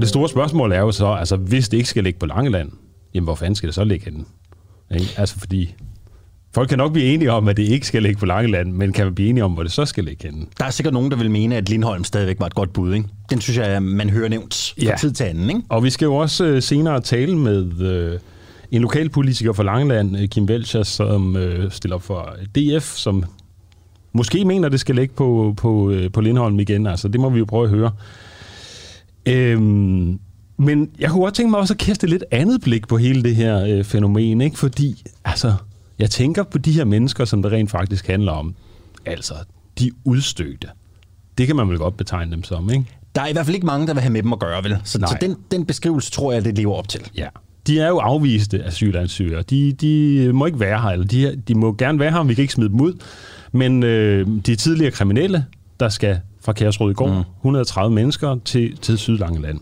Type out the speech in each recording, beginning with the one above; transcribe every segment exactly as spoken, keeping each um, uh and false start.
Og det store spørgsmål er jo så, altså hvis det ikke skal ligge på Langeland, jamen hvor fanden skal det så ligge henne? Ikke? Altså fordi folk kan nok blive enige om, at det ikke skal ligge på Langeland, men kan man blive enige om, hvor det så skal ligge henne? Der er sikkert nogen, der vil mene, at Lindholm stadigvæk var et godt bud, ikke? Den synes jeg, man hører nævnt fra ja. tid til anden, ikke? Og vi skal jo også øh, senere tale med øh, en lokalpolitiker fra Langeland, øh, Kim Welcher, som øh, stiller op for D F, som måske mener, det skal ligge på, på, øh, på Lindholm igen. Altså, det må vi jo prøve at høre. Øhm, men jeg kunne godt tænke mig også at kaste lidt andet blik på hele det her øh, fænomen, ikke? Fordi, altså, jeg tænker på de her mennesker, som det rent faktisk handler om. Altså, de udstødte. Det kan man vel godt betegne dem som, ikke? Der er i hvert fald ikke mange, der vil have med dem at gøre, vel? Så, så den, den beskrivelse tror jeg, det lever op til. Ja. De er jo afviste asylansøgere. De, de må ikke være her, eller de, de må gerne være her, vi kan ikke smide dem ud. Men øh, de tidligere kriminelle, der skal fra Kærsrødegård, mm. et hundrede og tredive mennesker til, til Sydlangeland.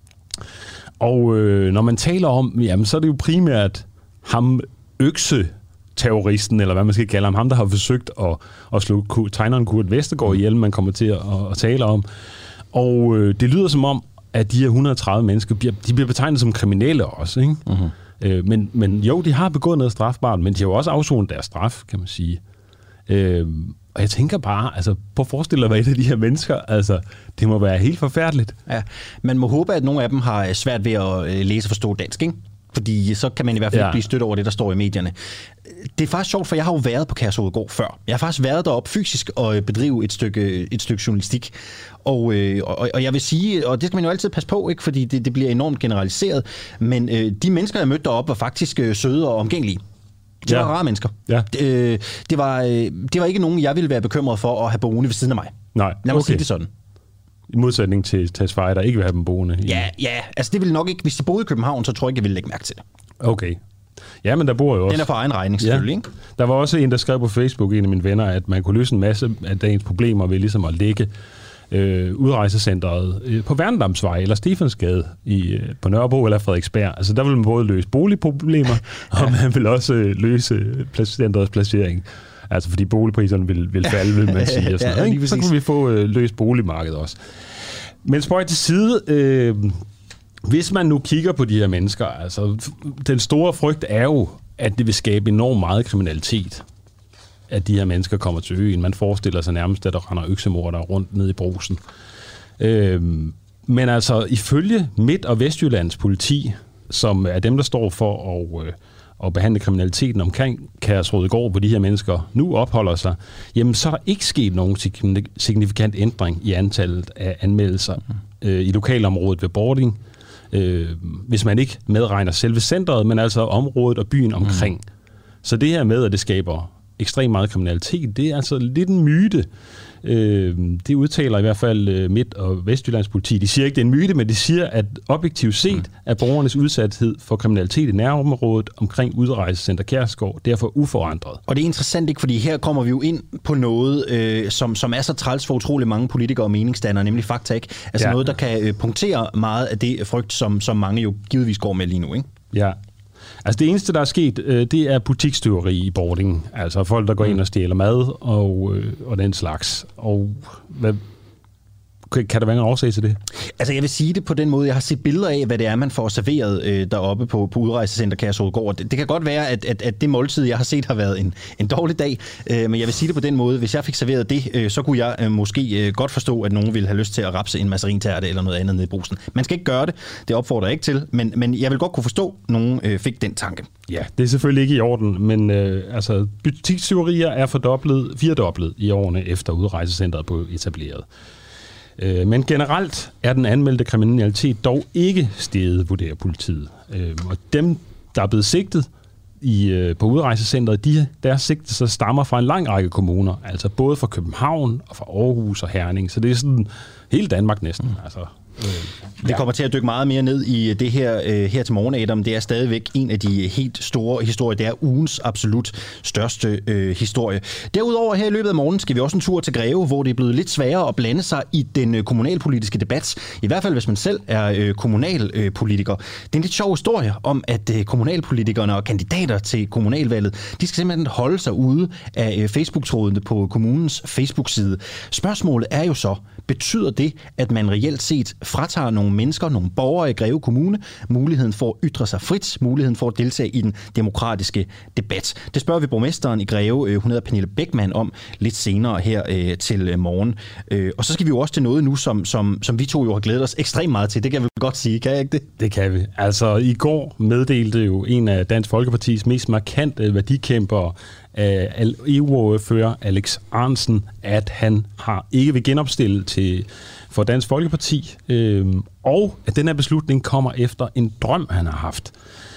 Og øh, når man taler om, jamen, så er det jo primært ham økse-terroristen, eller hvad man skal kalde ham, ham, der har forsøgt at, at slå tegneren Kurt Vestergaard ihjel, man kommer til at, at tale om. Og øh, det lyder som om, at de her et hundrede og tredive mennesker, de bliver betegnet som kriminelle også, ikke? Mm-hmm. Øh, men, men jo, de har begået noget strafbart, men de har jo også afsonet deres straf, kan man sige. Øh, og jeg tænker bare, altså, prøv at forestille dig, hvad et af de her mennesker, altså, det må være helt forfærdeligt. Ja, man må håbe, at nogle af dem har svært ved at læse og forstå dansk, ikke? Fordi så kan man i hvert fald ja. ikke blive stødt over det, der står i medierne. Det er faktisk sjovt, for jeg har jo været på Kærsrødegård før. Jeg har faktisk været deroppe fysisk og bedrive et stykke, et stykke journalistik. Og, øh, og, og jeg vil sige, og det skal man jo altid passe på, ikke, fordi det, det bliver enormt generaliseret, men øh, de mennesker, jeg mødte deroppe, var faktisk øh, søde og omgængelige. De ja. var rare mennesker. Ja. Det, øh, det, var, øh, det var ikke nogen, jeg ville være bekymret for at have boende ved siden af mig. Nej, Lad mig okay. sige det sådan. I modsætning til Tesfaye, der ikke vil have dem boende. Ja, ja, altså det ville nok ikke, hvis de boede i København, så tror jeg ikke, jeg ville lægge mærke til det. Okay. Ja, men der bor jo også... Den er for egen regning, selvfølgelig, ja. ikke? Der var også en, der skrev på Facebook, en af mine venner, at man kunne løse en masse af dagens problemer ved ligesom at lægge øh, udrejsecentret øh, på Værnedamsvej eller Stefensgade i, øh, på Nørrebro eller Frederiksberg. Altså der vil man både løse boligproblemer, og man vil også øh, løse centrets placering. Altså fordi boligpriserne vil, vil falde, vil man sige. Og sådan, ja, ikke? Så kan vi få øh, løst boligmarkedet også. Men spøj til side... Øh, Hvis man nu kigger på de her mennesker, altså den store frygt er jo, at det vil skabe enormt meget kriminalitet, at de her mennesker kommer til øen. Man forestiller sig nærmest, at der render øksemordere rundt ned i Brugsen. Øhm, men altså ifølge Midt- og Vestjyllands politi, som er dem, der står for at, øh, at behandle kriminaliteten omkring Kærsrødegård, hvor de her mennesker nu opholder sig, jamen så er der ikke sket nogen signifikant ændring i antallet af anmeldelser øh, i lokalområdet ved Bording. Øh, hvis man ikke medregner selve centret, men altså området og byen omkring. Mm. Så det her med, at det skaber ekstremt meget kriminalitet, det er altså lidt en myte. Øh, det udtaler i hvert fald Midt- og Vestjyllands politi. De siger ikke, det er en myte, men de siger, at objektivt set mm. er borgernes udsathed for kriminalitet i nærområdet omkring udrejsecenter Kærsgård derfor uforandret. Og det er interessant, ikke? Fordi her kommer vi jo ind på noget, øh, som, som er så træls for utrolig mange politikere og meningsdannere, nemlig fakta, ikke? Altså ja. noget, der kan øh, punktere meget af det frygt, som, som mange jo givetvis går med lige nu, ikke? Ja. Altså det eneste, der er sket, øh, det er butikstyveri i Bording. Altså folk, der går ind og stjæler mad og, øh, og den slags. Og hvad, kan der være en årsag til det? Altså jeg vil sige det på den måde, jeg har set billeder af, hvad det er, man får serveret øh, deroppe på, på udrejsecenter Kærsrødegård. Det, det kan godt være, at, at, at det måltid, jeg har set, har været en, en dårlig dag. Øh, men jeg vil sige det på den måde, hvis jeg fik serveret det, øh, så kunne jeg øh, måske øh, godt forstå, at nogen ville have lyst til at rapse en massarintærte eller noget andet ned i brusen. Man skal ikke gøre det, det opfordrer jeg ikke til, men, men jeg vil godt kunne forstå, at nogen øh, fik den tanke. Ja, det er selvfølgelig ikke i orden, men øh, altså, butikstyverier er fordoblet, firedoblet i årene efter udrejsecentret blev etableret. Men generelt er den anmeldte kriminalitet dog ikke steget, vurderer politiet. Og dem, der er blevet sigtet i, på udrejsecentret, de, deres sigtelser stammer fra en lang række kommuner, altså både fra København og fra Aarhus og Herning. Så det er sådan hele Danmark næsten. Mm. Altså, øh, ja. Det kommer til at dykke meget mere ned i det her øh, her til morgen, Adam. Det er stadigvæk en af de helt store historier. Det er ugens absolut største øh, historie. Derudover her i løbet af morgenen skal vi også en tur til Greve, hvor det er blevet lidt sværere at blande sig i den øh, kommunalpolitiske debat. I hvert fald, hvis man selv er øh, kommunalpolitiker. Øh, det er en lidt sjov historie om, at øh, kommunalpolitikerne og kandidater til kommunalvalget, de skal simpelthen holde sig ude af øh, Facebook-trådene på kommunens Facebook-side. Spørgsmålet er jo så, Betyder det, at man reelt set fratager nogle mennesker, nogle borgere i Greve Kommune, muligheden for at ytre sig frit, muligheden for at deltage i den demokratiske debat? Det spørger vi borgmesteren i Greve, hun hedder Pernille Beckmann, om lidt senere her øh, til morgen. Øh, og så skal vi jo også til noget nu, som, som, som vi to jo har glædet os ekstremt meget til. Det kan vi godt sige, kan jeg ikke det? Det kan vi. Altså, i går meddelte jo en af Dansk Folkepartis mest markante værdikæmpere, E U-ordfører Alex Ahrendtsen, at han har ikke vil genopstille til for Dansk Folkeparti, øh, og at den her beslutning kommer efter en drøm, han har haft.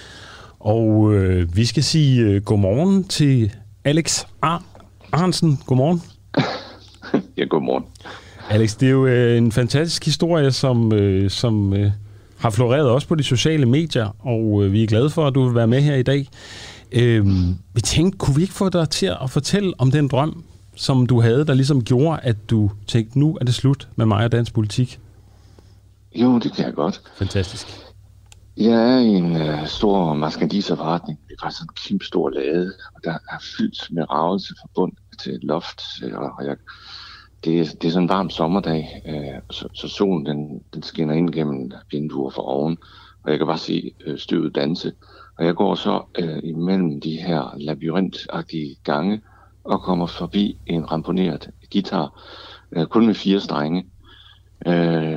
Og øh, vi skal sige øh, godmorgen til Alex Ahrendtsen. Godmorgen. Ja, godmorgen. Alex, det er jo øh, en fantastisk historie, som, øh, som øh, har floreret også på de sociale medier, og øh, vi er glade for, at du vil være med her i dag. Øh, vi tænkte, kunne vi ikke få dig til at fortælle om den drøm, som du havde, der ligesom gjorde, at du tænkte, nu er det slut med mig og dansk politik? Jo, det kan jeg godt. Fantastisk. Jeg er i en uh, stor maskandiserforretning. Det er faktisk en kæmpe stor lade, og der er fyldt med ravelse fra bund til et loft. Og jeg, det, er, det er sådan en varm sommerdag, uh, så, så solen den, den skinner ind gennem vinduer fra oven, og jeg kan bare se uh, støvet danse. Og jeg går så uh, imellem de her labyrintagtige gange og kommer forbi en ramponeret guitar, uh, kun med fire strenge. Uh,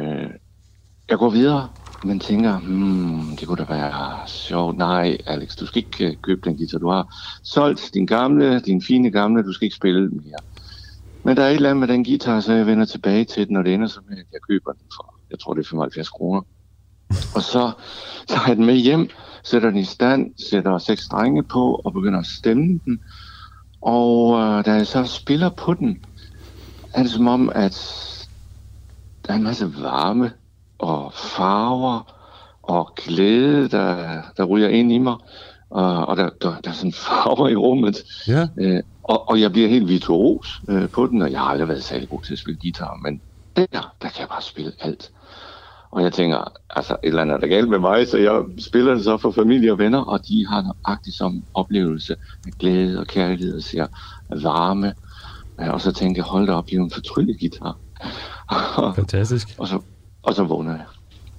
jeg går videre, men tænker, hmm, det kunne da være sjovt. Nej, Alex, du skal ikke uh, købe den guitar. Du har solgt din gamle, din fine gamle, du skal ikke spille den mere. Men der er et eller andet med den guitar, så jeg vender tilbage til den, og det ender så med, at jeg køber den for, jeg tror det er femoghalvfjerds kroner. Og så tager jeg den med hjem, sætter den i stand, sætter seks strenge på og begynder at stemme den. Og øh, da jeg så spiller på den, er det som om, at der er en masse varme og farver og glæde, der, der ryger ind i mig. Og, og der, der, der er sådan farver i rummet. Ja. Øh, og, og jeg bliver helt virtuos øh, på den, og jeg har aldrig været særlig god til at spille guitar, men der, der kan jeg bare spille alt. Og jeg tænker, altså et eller andet er der galt med mig, så jeg spiller det så for familie og venner, og de har nøjagtigt som oplevelse af glæde og kærlighed og ser varme. Og så tænker jeg, hold da op, det er jo en fortryllet guitar. Fantastisk. og, så, og så vågner jeg.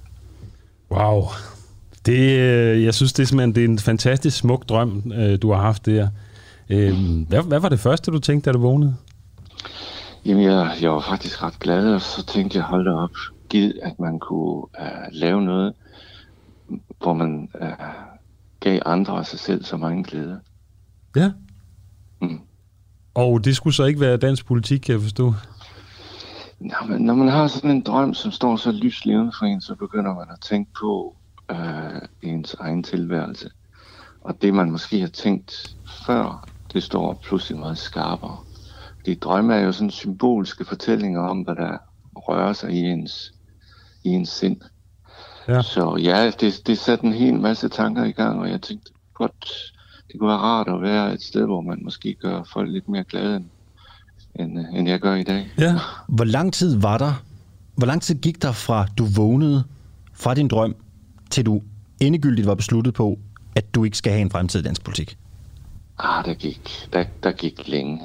Wow. Det, jeg synes, det er simpelthen det er en fantastisk smuk drøm, du har haft der. Hvad, hvad var det første, du tænkte, da du vågnede? Jamen, jeg, jeg var faktisk ret glad, og så tænkte jeg, hold da op, givet, at man kunne uh, lave noget, hvor man uh, gav andre og sig selv så mange glæde. Ja. Mm. Og det skulle så ikke være dansk politik, kan jeg forstå? Nå, men når man har sådan en drøm, som står så lyslevende for en, så begynder man at tænke på uh, ens egen tilværelse. Og det, man måske har tænkt før, det står pludselig meget skarpere. De drømme er jo sådan symbolske fortællinger om, hvad der rører sig i ens, i ens sind. Ja. Så ja, det, det satte en hel masse tanker i gang, og jeg tænkte, godt, det kunne være rart at være et sted, hvor man måske gør folk lidt mere glade, end, end, end jeg gør i dag. Ja. Hvor lang tid var der, hvor lang tid gik der fra, du vågnede fra din drøm, til du endegyldigt var besluttet på, at du ikke skal have en fremtid i dansk politik? Ah, der gik, der, der gik længe.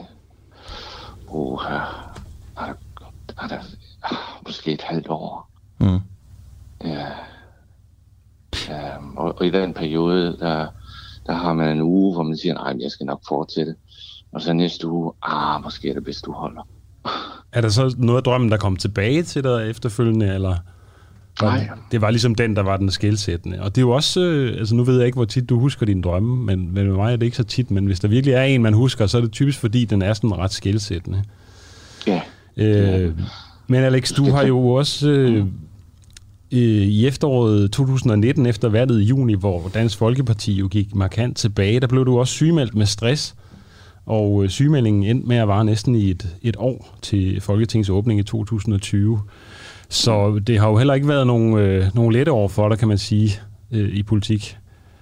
Oh, uh, er der, er der, uh, måske et halvt år. Mm. Ja. Um, og, og i den periode, der, der har man en uge, hvor man siger, nej, jeg skal nok fortsætte. Og så næste uge, ah, måske er det bedst, du holder. Er der så noget af drømmen, der kom tilbage til dig efterfølgende, eller? Nej. Det var ligesom den, der var den skelsættende. Og det er jo også, øh, altså nu ved jeg ikke, hvor tit du husker dine drømme, men med mig er det ikke så tit, men hvis der virkelig er en, man husker, så er det typisk, fordi den er sådan ret skelsættende. Ja. Øh, men Alex, du har jo også øh, i efteråret to tusind og nitten, efter valget i juni, hvor Dansk Folkeparti jo gik markant tilbage, der blev du også sygemeldt med stress, og øh, sygemeldingen endte med at vare næsten i et, et år til Folketingets åbning i to tusind og tyve. Så det har jo heller ikke været nogen, øh, nogen lette år for dig, kan man sige, øh, i politik.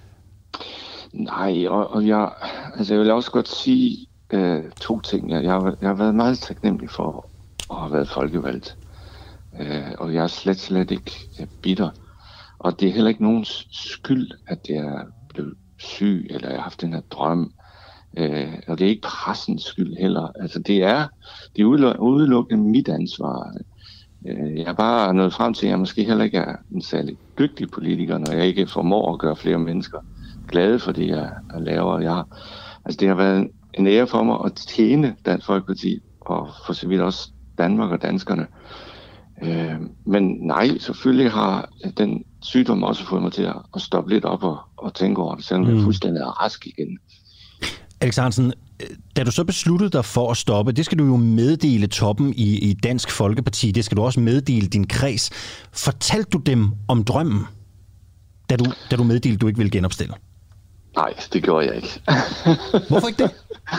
Nej, og, og jeg, altså jeg vil også godt sige øh, to ting. Jeg, jeg, har, jeg har været meget taknemmelig for at have været folkevalgt. Øh, og jeg er slet, slet ikke øh, bitter. Og det er heller ikke nogens skyld, at jeg er blevet syg, eller jeg har haft den her drøm. Øh, og det er ikke pressens skyld heller. Altså det er, det er udelukkende mit ansvar. Jeg er bare nået frem til, at jeg måske heller ikke er en særlig dygtig politiker, når jeg ikke formår at gøre flere mennesker glade for det, jeg, jeg laver. Jeg har, altså det har været en ære for mig at tjene Dansk Folkeparti, og for så vidt også Danmark og danskerne. Øh, men nej, selvfølgelig har den sygdom også fået mig til at, at stoppe lidt op og, og tænke over det, selvom mm. jeg fuldstændig er rask igen. Alex Ahrendtsen, da du så besluttede dig for at stoppe, det skal du jo meddele toppen i, i Dansk Folkeparti, det skal du også meddele din kreds. Fortalte du dem om drømmen, da du, da du meddelte, at du ikke ville genopstille? Nej, det gjorde jeg ikke. Hvorfor ikke det?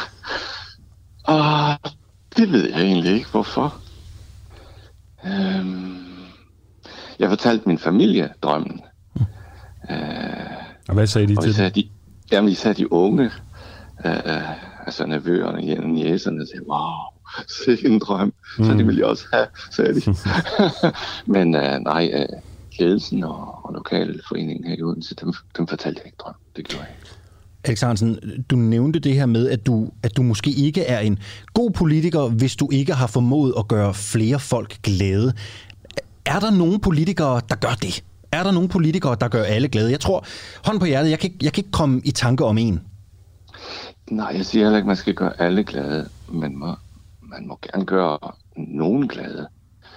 Uh, det ved jeg egentlig ikke, hvorfor. Um, jeg fortalte min familie drømmen. Mm. Uh, og hvad sagde de til det? De, jamen, især de unge, uh, altså nervøerne, jæserne, sagde, wow, sikke en drøm. Mm. Så det ville jeg også have, sagde de. Men uh, nej, uh, ledelsen og, og lokalforeningen her i Odense, dem, dem fortalte jeg ikke drøm. Det gjorde jeg ikke. Alex Ahrendtsen, du nævnte det her med, at du, at du måske ikke er en god politiker, hvis du ikke har formået at gøre flere folk glade. Er der nogen politikere, der gør det? Er der nogen politikere, der gør alle glade? Jeg tror, hånd på hjertet, jeg kan, jeg kan ikke komme i tanke om en. Nej, jeg siger heller ikke, at man skal gøre alle glade, men må, man må gerne gøre nogen glade.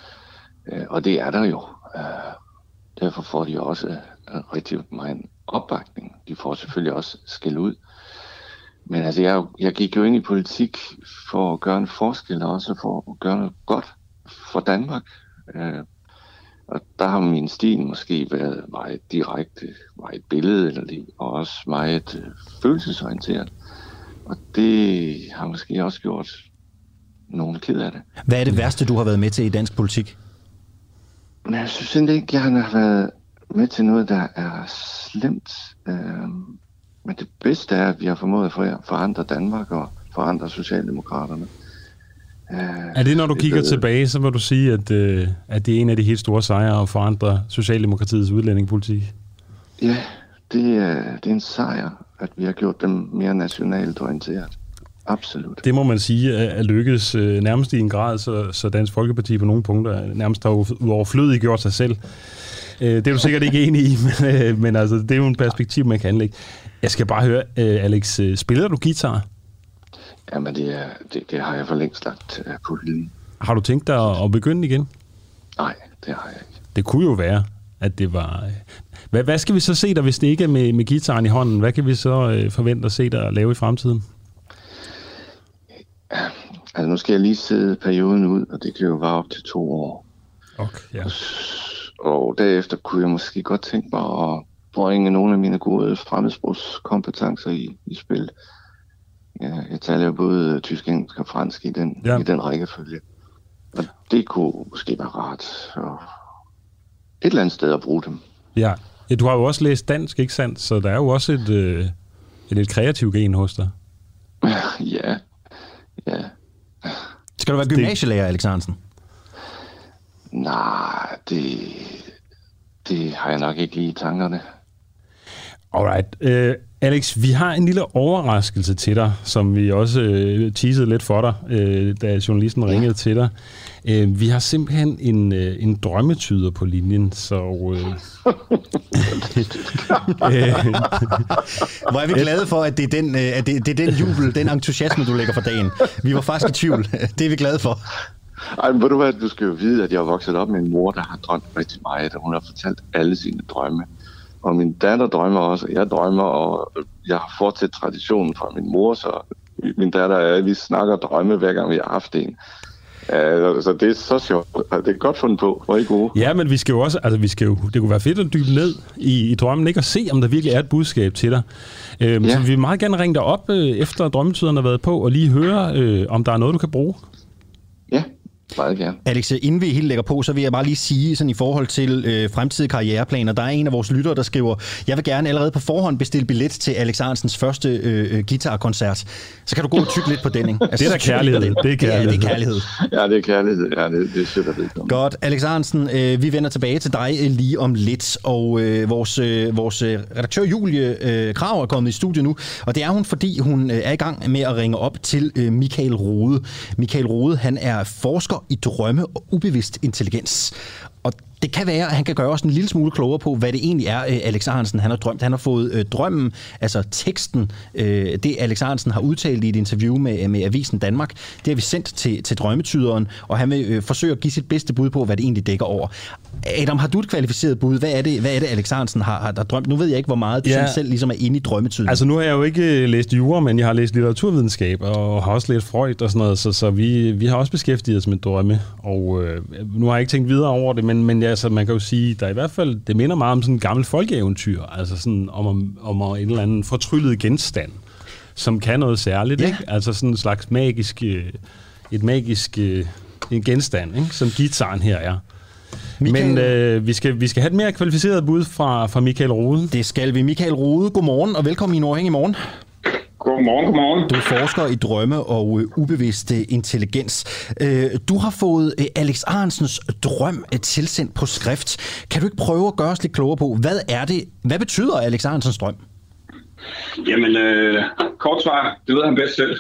Og det er der jo. Derfor får de også rigtig meget opbakning. De får selvfølgelig også skæld ud. Men altså, jeg, jeg gik jo ind i politik for at gøre en forskel, og også for at gøre noget godt for Danmark. Øh, og der har min stil måske været meget direkte, meget billedlig, og også meget øh, følelsesorienteret. Og det har måske også gjort nogen ked af det. Hvad er det værste, du har været med til i dansk politik? Men jeg synes egentlig ikke, jeg har været med til noget, der er slemt. Øhm, men det bedste er, at vi har formået at forandre Danmark og forandre Socialdemokraterne. Øh, er det, når du det kigger ved... tilbage, så vil du sige, at, øh, at det er en af de helt store sejre at forandre Socialdemokratiets udlændingepolitik? Ja, det er, det er en sejr, at vi har gjort dem mere nationalt orienteret. Absolut. Det må man sige er lykkedes øh, nærmest i en grad, så, så Dansk Folkeparti på nogle punkter nærmest har uoverflødigt gjort sig selv. Det er du sikkert ikke enig i, men, men altså, det er jo en perspektiv, man kan anlægge. Jeg skal bare høre, Alex, spiller du guitar? Jamen, det, er, det, det har jeg for længst lagt på hylden. Har du tænkt dig at begynde igen? Nej, det har jeg ikke. Det kunne jo være, at det var... Hvad, hvad skal vi så se dig, hvis det ikke er med, med guitaren i hånden? Hvad kan vi så øh, forvente at se dig lave i fremtiden? Altså, nu skal jeg lige sidde perioden ud, og det kan jo være op til to år. Okay, ja. Og derefter kunne jeg måske godt tænke mig at bringe nogle af mine gode fremmedsprogskompetencer i, i spil. Ja, jeg taler jo både tysk, engelsk og fransk i den, ja. i den rækkefølge. Og det kunne måske være rart og et eller andet sted at bruge dem. Ja, ja, du har jo også læst dansk, ikke sandt? Så der er jo også et, øh, et lidt kreativt gen hos dig. Ja, ja. Skal du være gymnasielærer, Alex Ahrendtsen? Nej, det, det har jeg nok ikke lige i tankerne. Alright. Uh, Alex, vi har en lille overraskelse til dig, som vi også uh, teasede lidt for dig, uh, da journalisten ringede ja. til dig. Uh, vi har simpelthen en, uh, en drømmetyder på linjen, så... Uh, Hvor er vi glade for, at det er den, at det, det er den jubel, den entusiasme, du lægger for dagen. Vi var faktisk i tvivl. Det er vi glade for. Ej, men ved du hvad, du skal jo vide, at jeg er vokset op med en mor, der har drømt rigtig meget, og hun har fortalt alle sine drømme. Og min datter drømmer også, og jeg drømmer, og jeg har fortsat traditionen fra min mor, så min datter og jeg, vi snakker drømme, hver gang vi har haft en. Uh, så det er så sjovt. Det er godt fundet på. Hvor er I gode? Ja, men vi skal jo også, altså vi skal jo, det kunne være fedt at dybe ned i, i drømmen, ikke? Og se, om der virkelig er et budskab til dig. Uh, ja. Så vi vil meget gerne ringe dig op, uh, efter drømmetyderne har været på, og lige høre, uh, om der er noget, du kan bruge. Ja. Meget gerne. Alex, inden vi helt lægger på, så vil jeg bare lige sige sådan i forhold til øh, fremtidige karriereplaner. Der er en af vores lyttere, der skriver, jeg vil gerne allerede på forhånd bestille billet til Alex Ahrendtsens første øh, guitarkoncert. Så kan du gå og tykke lidt på den, ikke? Altså, det er da kærlighed. Det. det er kærlighed. Ja, det er kærlighed. Ja, det er kærlighed. Ja, det, det er sødt at vide. Godt. Alex Ahrendtsen, øh, vi vender tilbage til dig øh, lige om lidt, og øh, vores, øh, vores øh, redaktør Julie øh, Krag er kommet i studiet nu, og det er hun, fordi hun øh, er i gang med at ringe op til øh, Michael Rode. Michael Rode, han er forsker forsker i drømme og ubevidst intelligens. Og det kan være, at han kan gøre os en lille smule klogere på, hvad det egentlig er, Alex Ahrendtsen han har drømt. Han har fået øh, drømmen, altså teksten, øh, det Alex Ahrendtsen har udtalt i et interview med, med Avisen Danmark, det har vi sendt til, til drømmetyderen, og han vil øh, forsøge at give sit bedste bud på, hvad det egentlig dækker over. Adam, har du et kvalificeret bud? Hvad er det, hvad er det Alex Ahrendtsen har, har, har drømt? Nu ved jeg ikke, hvor meget du ja. selv ligesom er inde i drømmetydningen. Altså nu har jeg jo ikke læst jura, men jeg har læst litteraturvidenskab, og har også læst Freud og sådan noget, så, så vi, vi har også beskæftiget os med drømme, og øh, nu har jeg ikke tænkt videre over det, men, men altså, man kan jo sige, der i hvert fald, det minder meget om sådan en gammel folkeeventyr, altså sådan om, om, om en eller anden fortryllet genstand, som kan noget særligt, ja. ikke? Altså sådan en slags magisk, et magisk en genstand, ikke? Som guitaren her er. Michael... Men øh, vi, skal, vi skal have et mere kvalificeret bud fra, fra Michael Rode. Det skal vi. Michael Rode, godmorgen og velkommen i Nordhæng i morgen. Godmorgen, godmorgen. Du er forsker i drømme og øh, ubevidst intelligens. Øh, du har fået øh, Alex Ahrendtsens drøm øh, tilsendt på skrift. Kan du ikke prøve at gøre os lidt klogere på, hvad er det? Hvad betyder Alex Ahrendtsens drøm? Jamen, øh, kort svar, det ved han bedst selv.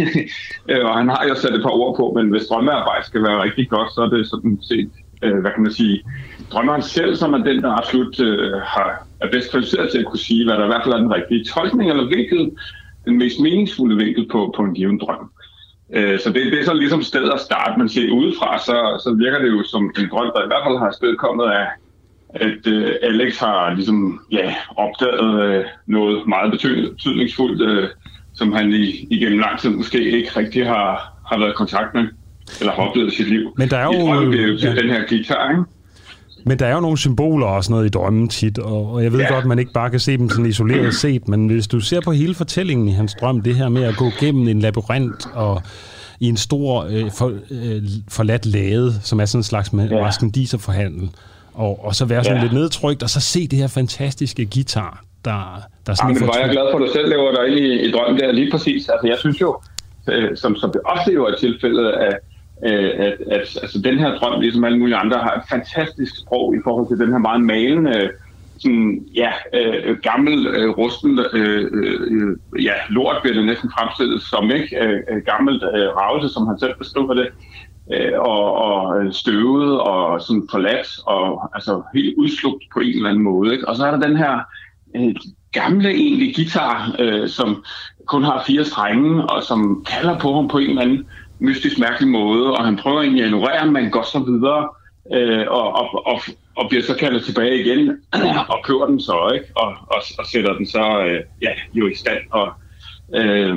Og han har jo sat et par ord på, men hvis drømmearbejde skal være rigtig godt, så er det sådan set, øh, hvad kan man sige, drømmeren selv, som er den, der absolut øh, har, er bedst kvalificeret til at kunne sige, hvad der i hvert fald er den rigtige tolkning eller vinkel, den mest meningsfulde vinkel på, på en given drøm. Øh, så det, det er så ligesom stedet at starte, men set udefra, så, så virker det jo som en drøm, der i hvert fald har stedkommet af, at øh, Alex har ligesom, ja, opdaget øh, noget meget betydningsfuldt, øh, som han i, igennem lang tid måske ikke rigtig har, har været i kontakt med, eller har oplevet i sit liv. Men der er jo, I drømmen, det er jo til ja. den her guitar, ikke? Men der er jo nogle symboler og sådan noget i drømmen tit, og, og jeg ved ja. godt, at man ikke bare kan se dem sådan isoleret set, men hvis du ser på hele fortællingen i hans drøm, det her med at gå gennem en labyrint og i en stor øh, for, øh, forladt lade, som er sådan en slags maskendiserforhandel, og, og så være sådan ja. lidt nedtrykt, og så se det her fantastiske guitar, der, der sådan... Ja, men var jeg glad for, at du selv lever dig ind i, i drømmen der lige præcis. Altså jeg synes jo, øh, som, som det ofte jo er tilfældet, at At, at, at altså, den her drøm, ligesom alle mulige andre, har et fantastisk sprog i forhold til den her meget malende, sådan, ja, øh, gammel, øh, rusten, øh, øh, ja, lort bliver det næsten fremstillet som, ikke? Øh, gammelt øh, ravelse, som han selv beskriver det, øh, og, og støvet og sådan forladt, og altså helt udslugt på en eller anden måde, ikke? Og så er der den her øh, gamle egentlig guitar, øh, som kun har fire strenge, og som kalder på ham på en eller anden mystisk mærkelig måde, og han prøver egentlig at ignorere, men går så videre øh, og, og, og, og bliver så kaldet tilbage igen og køber den så, ikke? Og, og, og sætter den så øh, ja, jo i stand og, øh,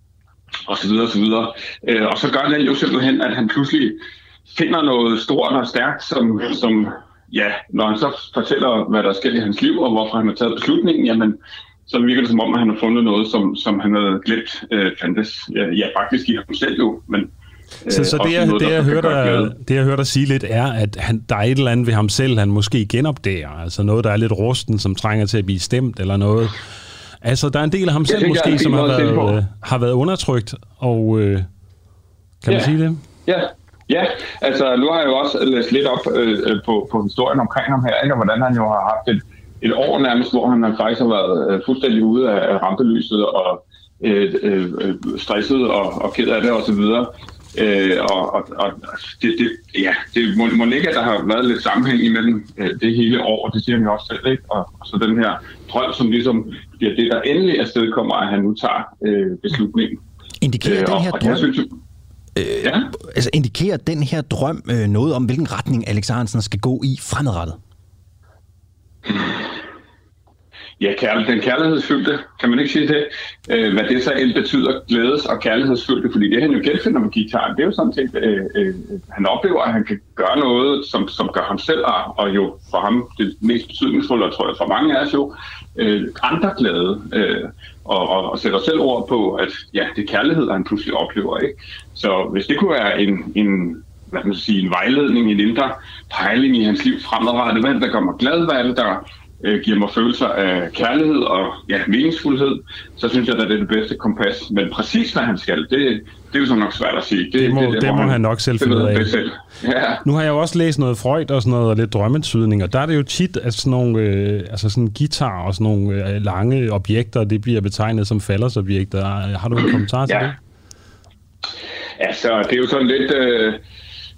og så videre og så videre. Øh, og så gør den jo simpelthen, at han pludselig finder noget stort og stærkt, som, som ja, når han så fortæller, hvad der er sket i hans liv, og hvorfor han har taget beslutningen, jamen så virker det som om, at han har fundet noget, som, som han havde glemt øh, fandtes. Ja, faktisk i ham selv jo, men... Øh, så så det, jeg, noget, det, jeg hører dig, det, jeg hører dig sige lidt, er, at han, der er et eller andet ved ham selv, han måske genopdager. Altså noget, der er lidt rusten, som trænger til at blive stemt, eller noget. Altså, der er en del af ham selv, tænker, måske, som har været, øh, har været undertrykt, og... Øh, kan ja. man sige det? Ja, ja. Altså, nu har jeg jo også læst lidt op øh, på, på historien omkring ham her, ikke? Og hvordan han jo har haft et et år nærmest, hvor han faktisk har været øh, fuldstændig ude af rampelyset og øh, øh, stresset og, og ked af det og så videre. Øh, og og, og det, det, ja, det må, må ikke, at der har været lidt sammenhæng imellem øh, det hele år, det siger han jo også selv, ikke? Og, og så den her drøm, som ligesom bliver det, der endelig afstedkommer, at han nu tager øh, beslutningen. Indikerer øh, den her drøm... Synes, øh, ja? Altså indikerer den her drøm øh, noget om, hvilken retning Alex Ahrendtsen skal gå i fremadrettet? Ja, kærlighed, den kærlighedsfyldte, kan man ikke sige det? Øh, hvad det så end betyder, glædes og kærlighedsfyldte, fordi det han jo genfinder med guitaren, det er jo sådan set, øh, øh, han oplever, at han kan gøre noget, som, som gør ham selv, og jo for ham det mest betydningsfulde, og tror jeg for mange af os jo, øh, andre glade, øh, og, og, og sætter selv ord på, at ja, det er kærlighed, han pludselig oplever, ikke? Så hvis det kunne være en, en hvad man sige, en vejledning, en indre pejling i hans liv fremadrettet, hvad er det, der gør mig glad, hvad er det, der øh, giver mig følelser af kærlighed og ja, meningsfuldhed, så synes jeg, at det er det bedste kompas. Men præcis hvad han skal, det, det er jo så nok svært at sige. Det, det må, det, det, det må han, han nok selv finde ud af. Ja. Nu har jeg jo også læst noget Freud og sådan noget, og lidt drømmetydning, og der er det jo tit, at sådan nogle, øh, altså sådan guitar og sådan nogle øh, lange objekter, det bliver betegnet som faldersobjekter. Har du en kommentar til ja. det? Altså, det er jo sådan lidt... Øh,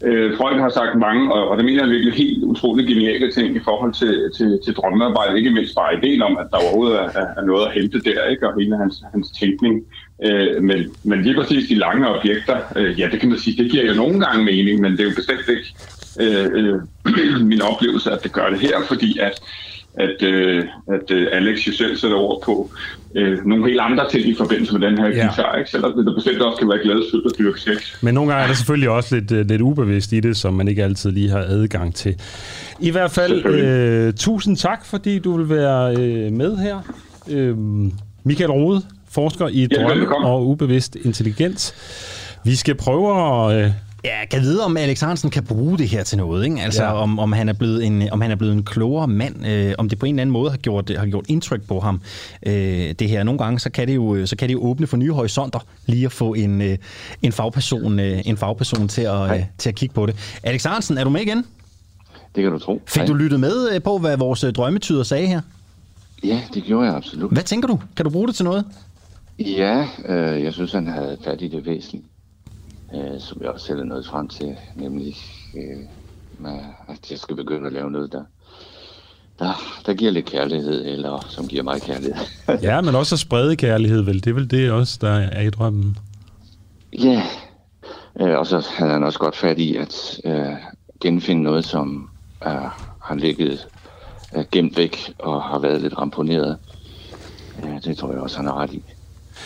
Øh, Freud har sagt mange, og, og det mener jeg virkelig helt utroligt geniale ting i forhold til, til, til drømmearbejde. Ikke mindst bare ideen om, at der overhovedet er, er noget at hente der, ikke? Og hele hans, hans tænkning. Øh, men, men lige præcis de lange objekter, øh, ja, det kan man sige, det giver jo nogle gange mening, men det er jo bestemt ikke øh, øh, min oplevelse, at det gør det her, fordi at at, øh, at øh, Alex jo selv sætter ord på øh, nogle helt andre ting i forbindelse med den her ja. guitar, ikke? Selvom det bestemt også kan være glædesfyldt at dyrke sex. Men nogle gange er der selvfølgelig også lidt, lidt ubevidst i det, som man ikke altid lige har adgang til. I hvert fald, øh, tusind tak, fordi du vil være øh, med her. Øh, Michael Rode, forsker i ja, drømme og ubevidst intelligens. Vi skal prøve at... Øh, Ja, kan vide, om Alex Ahrendtsen kan bruge det her til noget, ikke? Altså, ja. om, om, han er blevet en, om han er blevet en klogere mand, øh, om det på en eller anden måde har gjort, har gjort indtryk på ham. Øh, det her, nogle gange, så kan det jo, så kan det jo åbne for nye horisonter, lige at få en, øh, en, fagperson, øh, en fagperson til at, øh, til at kigge på det. Alex Ahrendtsen, er du med igen? Det kan du tro. Fik Hej. du lyttet med på, hvad vores drømmetyder sagde her? Ja, det gjorde jeg absolut. Hvad tænker du? Kan du bruge det til noget? Ja, øh, jeg synes, han havde fat i det væsentlige. Øh, som jeg også selv er nået frem til, nemlig øh, at jeg skal begynde at lave noget, der, der, der giver lidt kærlighed, eller som giver mig kærlighed. Ja, men også at sprede kærlighed, vel? Det er vel det også, der er i drømmen? Ja, øh, og så havde han også godt fat i at øh, genfinde noget, som øh, har ligget øh, gemt væk og har været lidt ramponeret. Øh, det tror jeg også, han har ret i.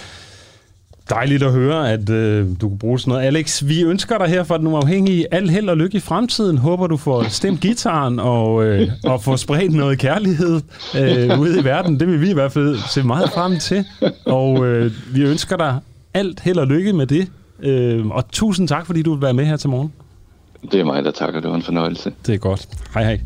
Dejligt at høre, at øh, du kan bruge sådan noget. Alex, vi ønsker dig her for den uafhængige al held og lykke i fremtiden. Håber, du får stemt gitaren og, øh, og får spredt noget kærlighed øh, ude i verden. Det vil vi i hvert fald se meget frem til. Og øh, vi ønsker dig alt held og lykke med det. Øh, og tusind tak, fordi du vil være med her til morgen. Det er mig, der takker. Det var en fornøjelse. Det er godt. Hej hej.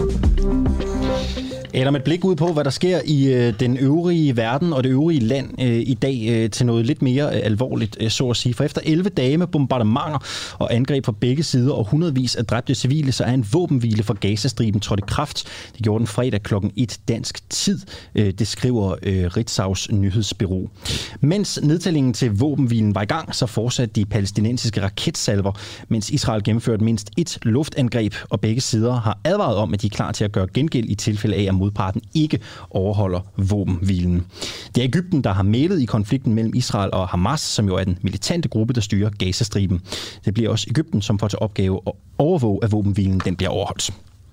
Adam, et blik ud på, hvad der sker i øh, den øvrige verden og det øvrige land øh, i dag øh, til noget lidt mere øh, alvorligt, øh, så at sige. For efter elleve dage med bombardementer og angreb fra begge sider og hundredvis af dræbte civile, så er en våbenhvile fra Gazastriben trådt i kraft. Det gjorde den fredag klokken et dansk tid, øh, det skriver øh, Ritzaus nyhedsbureau. Mens nedtællingen til våbenhvilen var i gang, så fortsatte de palæstinensiske raketsalver, mens Israel gennemførte mindst et luftangreb, og begge sider har advaret om, at de er klar til at gøre gengæld i tilfælde af, at modparten ikke overholder våbenhvilen. Det er Egypten, der har mælet i konflikten mellem Israel og Hamas, som jo er den militante gruppe, der styrer Gazastriben. Det bliver også Egypten, som får til opgave at overvåge, at våbenhvilen den bliver overholdt.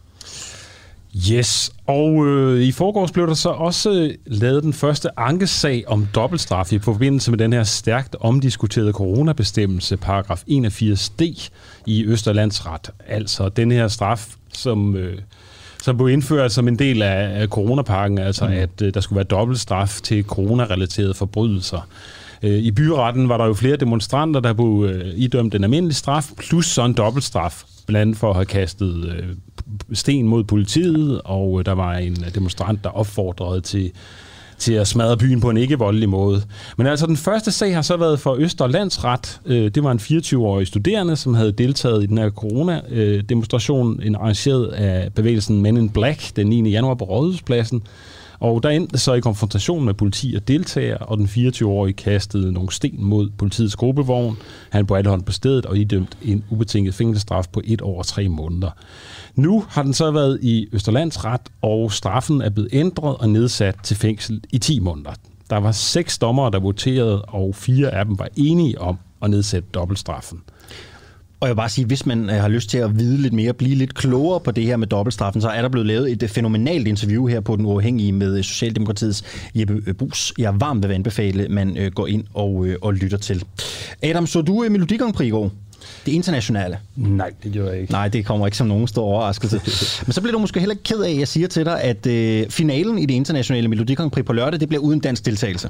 Yes, og øh, i forgårs blev der så også lavet den første ankesag om dobbeltstraf i forbindelse med den her stærkt omdiskuterede coronabestemmelse, paragraf enogfirs D i Østerlandsret. Altså den her straf, som... Øh, som blev indført som en del af coronapakken, altså mm. at øh, der skulle være dobbeltstraf til coronarelaterede forbrydelser. Øh, I byretten var der jo flere demonstranter, der blev øh, idømt en almindelig straf, plus så en dobbeltstraf, blandt andet for at have kastet øh, sten mod politiet, og øh, der var en demonstrant, der opfordrede til til at smadre byen på en ikke-voldelig måde. Men altså, den første sag har så været for Østerlandsret. Det var en fireogtyve-årig studerende, som havde deltaget i den her corona-demonstration, en arrangeret af bevægelsen Men in Black den niende januar på Rådhuspladsen. Og der endte så i konfrontation med politi og deltager, og den fireogtyve-årige kastede nogle sten mod politiets gruppevogn. Han blev anholdt på stedet og idømt en ubetinget fængselsstraf på et år og tre måneder. Nu har den så været i Østerlandsret, og straffen er blevet ændret og nedsat til fængsel i ti måneder. Der var seks dommere, der voterede, og fire af dem var enige om at nedsætte dobbeltstraffen. Og jeg vil bare sige, hvis man har lyst til at vide lidt mere, blive lidt klogere på det her med dobbeltstraffen, så er der blevet lavet et fænomenalt interview her på Den Uafhængige med Socialdemokratiets Jeppe Bruus. Jeg er varmt vil anbefale, at man går ind og, og lytter til. Adam, så du Melodi Grand Prix i går? Det internationale? Nej, det gjorde jeg ikke. Nej, det kommer ikke som nogen stor overraskelse. Men så bliver du måske heller ikke ked af, at jeg siger til dig, at øh, finalen i det internationale Melodi Grand Prix på lørdag, det bliver uden dansk deltagelse.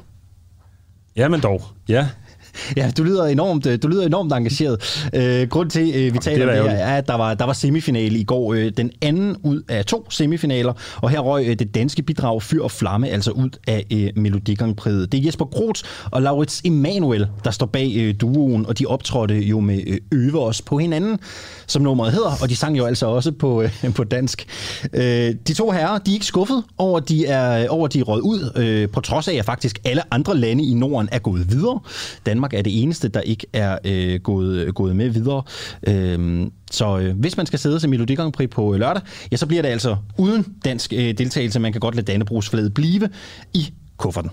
Ja, men dog. Ja. Ja, du lyder enormt, du lyder enormt engageret. Øh, grund til, øh, vi Jamen, taler om det her, er, at der var, der var semifinale i går. Øh, den anden ud af to semifinaler, og her røg øh, det danske bidrag Fyr og Flamme altså ud af øh, Melodi Grand Prix. Det er Jesper Groth og Laurits Emanuel, der står bag øh, duoen, og de optrådte jo med øh, Øve os på hinanden, som nummeret hedder, og de sang jo altså også på, øh, på dansk. Øh, de to herrer, de er ikke skuffet over, de er over de er røget ud, øh, på trods af, at faktisk alle andre lande i Norden er gået videre. Danmark Danmark er det eneste, der ikke er øh, gået, gået med videre. Øh, så øh, hvis man skal sidde til Melodi Grand Prix på lørdag, ja, så bliver det altså uden dansk øh, deltagelse. Man kan godt lade Dannebrogsflaget blive i kufferten.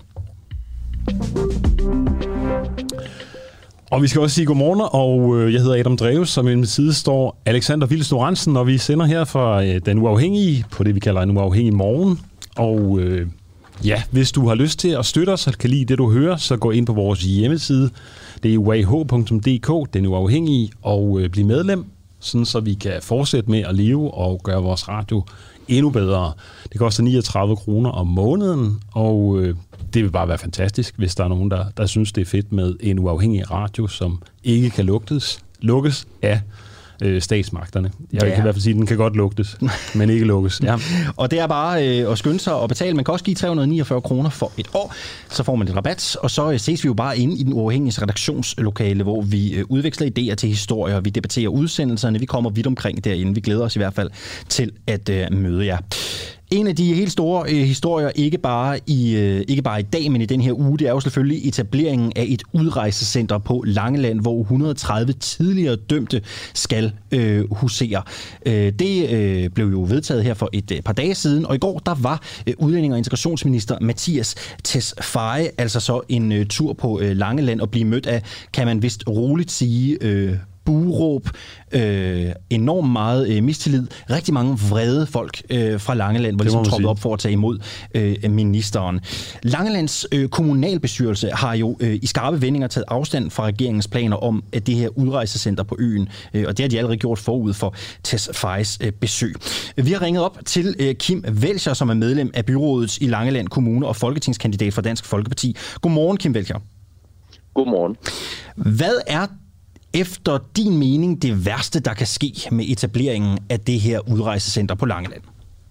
Og vi skal også sige godmorgen, og jeg hedder Adam Dreves, som i min side står Alexander Vilds Lorentzen, og vi sender her fra Den Uafhængige, på det vi kalder En Uafhængig Morgen. Og øh, ja, hvis du har lyst til at støtte os, og kan lide det du hører, så gå ind på vores hjemmeside. Det er u a h punktum d k, Den Uafhængige, og øh, bliv medlem, sådan så vi kan fortsætte med at leve og gøre vores radio endnu bedre. Det koster niogtredive kroner om måneden, og øh, det vil bare være fantastisk, hvis der er nogen, der, der synes, det er fedt med en uafhængig radio, som ikke kan lugtes, lukkes af øh, statsmagterne. Jeg ja. kan i hvert fald sige, at den kan godt lugtes, men ikke lukkes. Ja. Og det er bare øh, at skynde sig og betale. Man kan også give tre hundrede og niogfyrre kroner for et år, så får man et rabat, og så øh, ses vi jo bare inde i Den Uafhængiges redaktionslokale, hvor vi øh, udveksler idéer til historier, vi debatterer udsendelserne, vi kommer vidt omkring derinde. Vi glæder os i hvert fald til at øh, møde jer. En af de helt store øh, historier, ikke bare, i, øh, ikke bare i dag, men i den her uge, det er jo selvfølgelig etableringen af et udrejsecenter på Langeland, hvor et hundrede og tredive tidligere dømte skal øh, husere. Øh, det øh, blev jo vedtaget her for et øh, par dage siden, og i går der var øh, udlænding- og integrationsminister Mattias Tesfaye altså så en øh, tur på øh, Langeland og blive mødt af, kan man vist roligt sige, øh, buråb, øh, enormt meget øh, mistillid, rigtig mange vrede folk øh, fra Langeland, hvor ligesom troppet op for at tage imod øh, ministeren. Langelands øh, kommunalbestyrelse har jo øh, i skarpe vendinger taget afstand fra regeringens planer om at det her udrejsecenter på øen, øh, og det har de allerede gjort forud for Tesfayes øh, besøg. Vi har ringet op til øh, Kim Welcher, som er medlem af byrådet i Langeland Kommune og folketingskandidat for Dansk Folkeparti. Godmorgen, Kim Welcher. Godmorgen. Hvad er efter din mening det værste, der kan ske med etableringen af det her udrejsecenter på Langeland?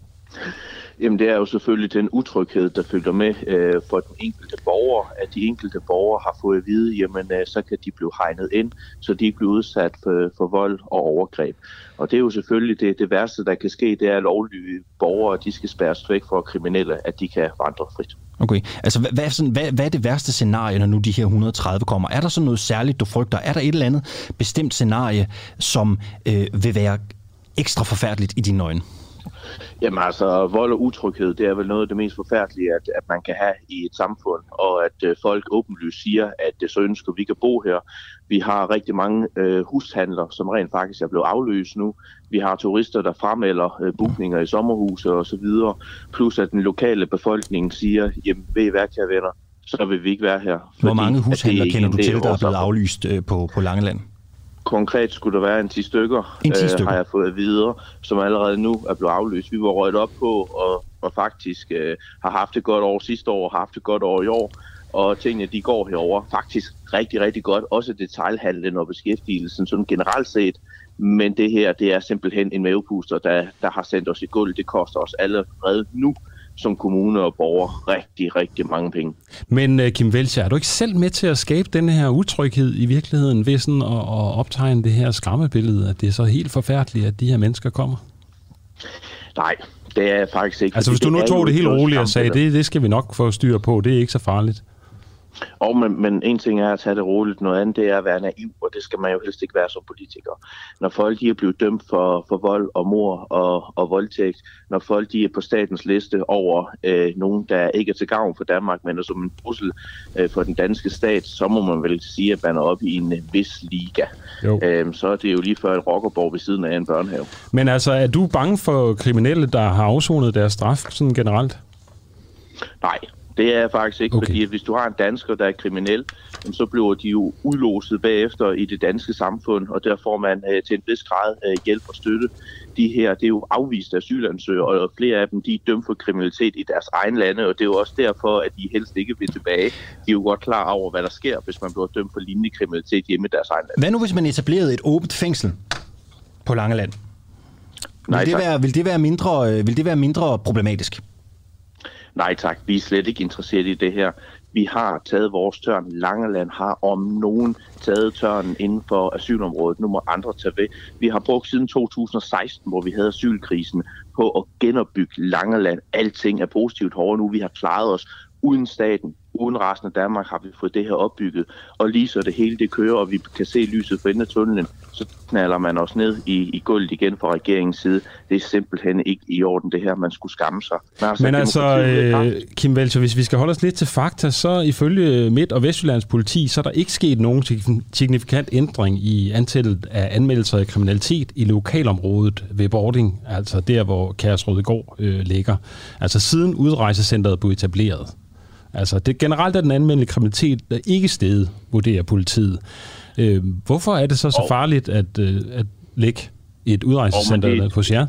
Jamen det er jo selvfølgelig den utryghed, der følger med øh, for den enkelte borger, at de enkelte borgere har fået at vide, jamen øh, så kan de blive hegnet ind, så de ikke bliver udsat for, for vold og overgreb. Og det er jo selvfølgelig det, det værste, der kan ske, det er, at lovlydige borgere, de skal spærres væk fra kriminelle, at de kan vandre frit. Okay, altså hvad er, sådan, hvad, hvad er det værste scenarie, når nu de her et hundrede og tredive kommer? Er der så noget særligt, du frygter? Er der et eller andet bestemt scenarie, som øh, vil være ekstra forfærdeligt i dine øjne? Jamen altså, vold og utryghed, det er vel noget af det mest forfærdelige, at, at man kan have i et samfund, og at øh, folk åbenlyst siger, at det så ønsker, vi kan bo her. Vi har rigtig mange øh, hushandler, som rent faktisk er blevet afløst nu. Vi har turister, der fremmelder øh, bookninger i sommerhuse og så videre. Plus at den lokale befolkning siger, jamen ved I hvad, kære venner, så vil vi ikke være her. Hvor mange hushandler kender du til, der er blevet aflyst øh, på, på Langeland? Konkret skulle der være en ti stykker, en ti stykker. Øh, har jeg fået videre, som allerede nu er blevet afløst. Vi var røget op på, og, og faktisk øh, har haft et godt år sidste år, og har haft et godt år i år. Og tingene, de går herover faktisk rigtig, rigtig godt. Også detailhandlen og beskæftigelsen, sådan generelt set. Men det her, det er simpelthen en mavepuster, der, der har sendt os i gulv. Det koster os allerede nu som kommune og borger rigtig, rigtig mange penge. Men Kim Welcher, er du ikke selv med til at skabe den her utryghed i virkeligheden ved sådan at, at optegne det her skræmmebillede, at det er så helt forfærdeligt, at de her mennesker kommer? Nej, det er faktisk ikke. Altså hvis du nu tog det helt roligt og sagde, det, det skal vi nok få styr på, det er ikke så farligt. Og men, men en ting er at tage det roligt, noget andet det er at være naiv, og det skal man jo helst ikke være som politiker. Når folk de er blevet dømt for, for vold og mord og, og voldtægt, når folk de er på statens liste over øh, nogen, der ikke er til gavn for Danmark, men er som en trussel øh, for den danske stat, så må man vel sige, at man er oppe i en øh, vis liga. Øhm, så er det jo lige før et rockerborg ved siden af en børnehave. Men altså, er du bange for kriminelle, der har afsonet deres straf sådan generelt? Nej. Det er faktisk ikke, okay. Fordi hvis du har en dansker, der er kriminel, så bliver de jo udlåset bagefter i det danske samfund, og der får man øh, til en vis grad øh, hjælp og støtte. De her, det er jo afviste asylansøgere, og flere af dem, de er dømt for kriminalitet i deres egen lande, og det er jo også derfor, at de helst ikke vil tilbage. De er jo godt klar over, hvad der sker, hvis man bliver dømt for lignende kriminalitet hjemme i deres egen land. Hvad nu, hvis man etablerede et åbent fængsel på Langeland? Vil, Nej, det, være, vil, det, være mindre, vil det være mindre problematisk? Nej tak, vi er slet ikke interesseret i det her. Vi har taget vores tørn. Langeland har om nogen taget tørnen inden for asylområdet. Nu må andre tage ved. Vi har brugt siden to tusind og seksten, hvor vi havde asylkrisen, på at genopbygge Langeland. Alting er positivt hårdere nu. Vi har klaret os uden staten, uden resten af Danmark har vi fået det her opbygget, og lige så det hele det kører, og vi kan se lyset for enden af tunnelen, så knalder man os ned i, i gulvet igen fra regeringens side. Det er simpelthen ikke i orden det her, man skulle skamme sig. Men altså, Men altså øh, Kim Welcher, hvis vi skal holde os lidt til fakta, så ifølge Midt- og Vestjyllands politi, så er der ikke sket nogen signifikant ændring i antallet af anmeldelser af kriminalitet i lokalområdet ved Bording, altså der, hvor Kærsrødegård øh, ligger. Altså siden udrejsecentret blev etableret. Altså det generelt er den anmeldte kriminalitet der ikke steget, vurderer politiet. Øh, hvorfor er det så så farligt at, øh, at lægge et udrejsecenter på jer?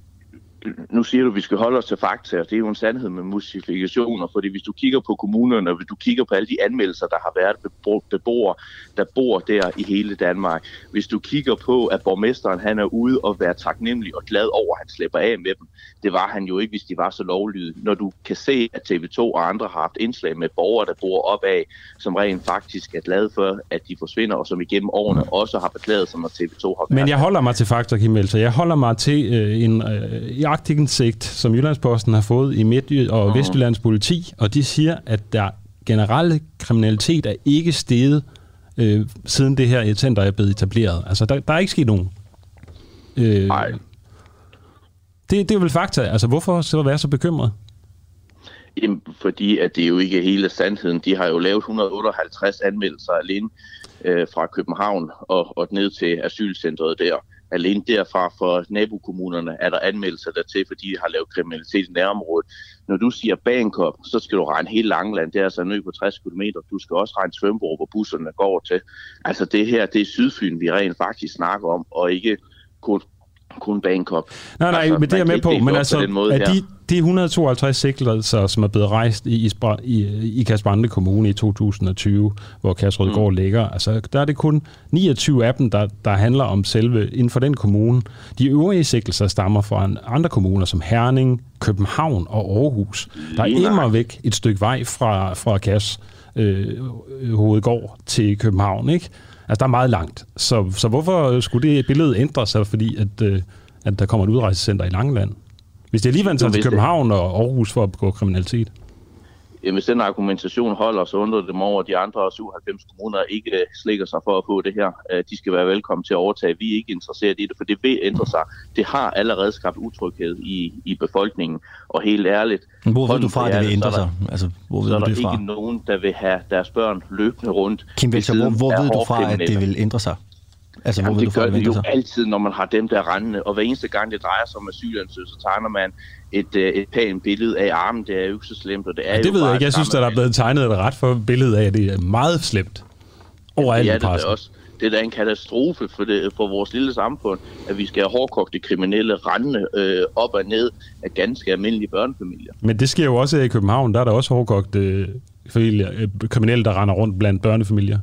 Nu siger du, at vi skal holde os til fakta, og det er jo en sandhed med musifikationer, fordi hvis du kigger på kommunerne, og hvis du kigger på alle de anmeldelser, der har været beboere, der bor der i hele Danmark, hvis du kigger på, at borgmesteren han er ude og være taknemmelig og glad over, at han slipper af med dem, det var han jo ikke, hvis de var så lovlydige. Når du kan se, at T V to og andre har haft indslag med borgere, der bor opad, som rent faktisk er glade for, at de forsvinder, og som igennem årene også har beklaget sig, når T V to har været. Men jeg holder mig til fakta, Kim Welcher. Jeg holder mig til øh, en øh, aktindsigt, som Jyllandsposten har fået i Midt- og Vestjyllands politi, og de siger, at der generelle kriminalitet er ikke steget, øh, siden det her center er blevet etableret. Altså, der, der er ikke sket nogen. Øh, Nej. Det, det er vel fakta. Altså, hvorfor så være så bekymret? Jamen, fordi at det er jo ikke hele sandheden. De har jo lavet et hundrede og otteoghalvtreds anmeldelser alene øh, fra København og, og ned til asylcentret der. Alene derfra for nabokommunerne er der anmeldelser dertil, fordi de har lavet kriminalitet i nærområdet. Når du siger Bagenkop, så skal du regne hele Langeland. Det er altså en ø på tres kilometer. Du skal også regne Svendborg, hvor busserne går til. Altså det her, det er Sydfyn, vi rent faktisk snakker om, og ikke kun kun Bagenkop. Nej, nej, altså, men det er jeg med på, men altså, at de, de et hundrede og tooghalvtreds sigtelser, som er blevet rejst i, i, i Ikast-Brande Kommune i to tusind og tyve, hvor Kærsrødegård mm. ligger, altså, der er det kun niogtyve af dem, der, der handler om selve inden for den kommune. De øvrige sigtelser stammer fra andre kommuner, som Herning, København og Aarhus. Der er immer væk et stykke vej fra, fra Kærsrødegård øh, til København, ikke? Altså, der er meget langt. Så, så hvorfor skulle det billede ændre sig, fordi at, øh, at der kommer et udrejsecenter i Langeland? Hvis det alligevel tager til København og Aarhus for at begå kriminalitet? Jamen, hvis den argumentation holder, så undrer det mig over, at de andre syvoghalvfems kommuner ikke slikker sig for at få det her. De skal være velkommen til at overtage. Vi er ikke interesseret i det, for det vil ændre sig. Det har allerede skabt utryghed i, i befolkningen. Og helt ærligt... Hvor ved du fra, at det vil ændre sig? Altså, hvor ved så er du der det fra? ikke nogen, der vil have deres børn løbende rundt. Kim Welcher, hvor, hvor ved du fra, at det vil ændre sig? Altså, Jamen, hvor det du fra, gør det det jo sig? altid, når man har dem der rendende. Og hver eneste gang, det drejer sig om asylansøgere, så tegner man et, et pænt billede af armen. Det er jo ikke så slemt, og det er ja, det jo ved jeg ikke. Jeg synes, at der er blevet tegnet et ret for billedet af, at det er meget slemt overalt i pressen. Det er det også. Det er da en katastrofe for, det, for vores lille samfund, at vi skal have hårdkogte kriminelle rendende øh, op og ned af ganske almindelige børnefamilier. Men det sker jo også i København. Der er der også hårdkogte øh, familier, øh, kriminelle, der render rundt blandt børnefamilier.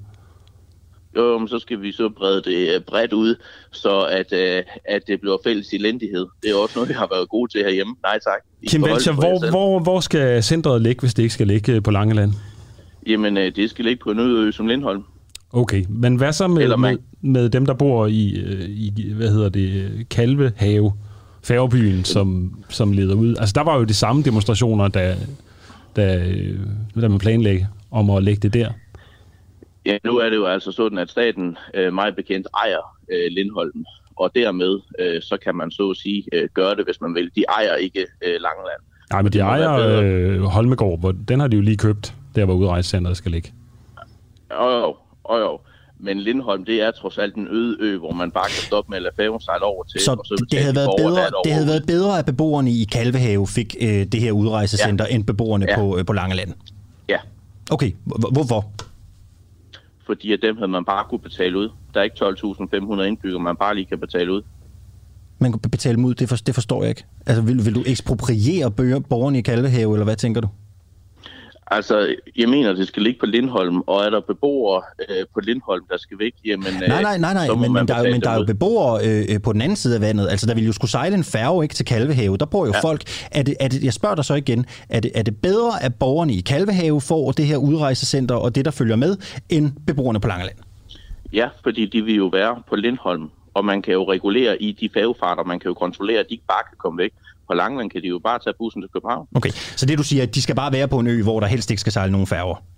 Jo, men så skal vi så brede det bredt ud, så at, øh, at det bliver fælles elendighed. Det er også noget, vi har været gode til herhjemme. Nej tak. Kim Welcher, hvor, hvor, hvor skal centret ligge, hvis det ikke skal ligge på Langeland? Jamen, øh, det skal ligge på en ø som Lindholm. Okay, men hvad så med, med, med dem, der bor i, i hvad hedder det, Kalvehave, færgebyen, som, som leder ud? Altså, der var jo de samme demonstrationer, da, da, da man planlægge om at lægge det der. Ja, nu er det jo altså sådan, at staten øh, meget bekendt ejer øh, Lindholm, og dermed øh, så kan man så at sige øh, gøre det, hvis man vil. De ejer ikke øh, Langeland. Nej, men de ejer øh, Holmegård, hvor den har de jo lige købt, der hvor udrejsecenteret skal ligge. Jo, jo, jo, jo. Men Lindholm, det er trods alt en øde ø, hvor man bare kan stoppe med at lade færgen sejle over til. Så, og så det, havde været bedre, det havde været bedre, at beboerne i Kalvehave fik øh, det her udrejsecenter, ja. end beboerne ja. på, øh, på Langeland? Ja. Okay, hvorfor? Fordi at dem havde man bare kunne betale ud. Der er ikke tolv tusind fem hundrede indbyggere, man bare lige kan betale ud. Man kan betale dem ud, det, for, det forstår jeg ikke. Altså, vil, vil du ekspropriere borgerne i Kalvehave, eller hvad tænker du? Altså, jeg mener, det skal ligge på Lindholm, og er der beboere øh, på Lindholm, der skal væk, jamen... Øh, nej, nej, nej, nej, men, men, der, er, men der er jo beboere øh, på den anden side af vandet. Altså, der vil jo skulle sejle en færge, ikke, til Kalvehave. Der bor jo ja. folk. Er det, er det, jeg spørger dig så igen, er det, er det bedre, at borgerne i Kalvehave får det her udrejsecenter og det, der følger med, end beboerne på Langeland? Ja, fordi de vil jo være på Lindholm, og man kan jo regulere i de færgefarter, man kan jo kontrollere, at de ikke bare kan komme væk. På Langeland kan de jo bare tage bussen til København. Okay, så det du siger, at de skal bare være på en ø, hvor der helst ikke skal sejle nogen færger?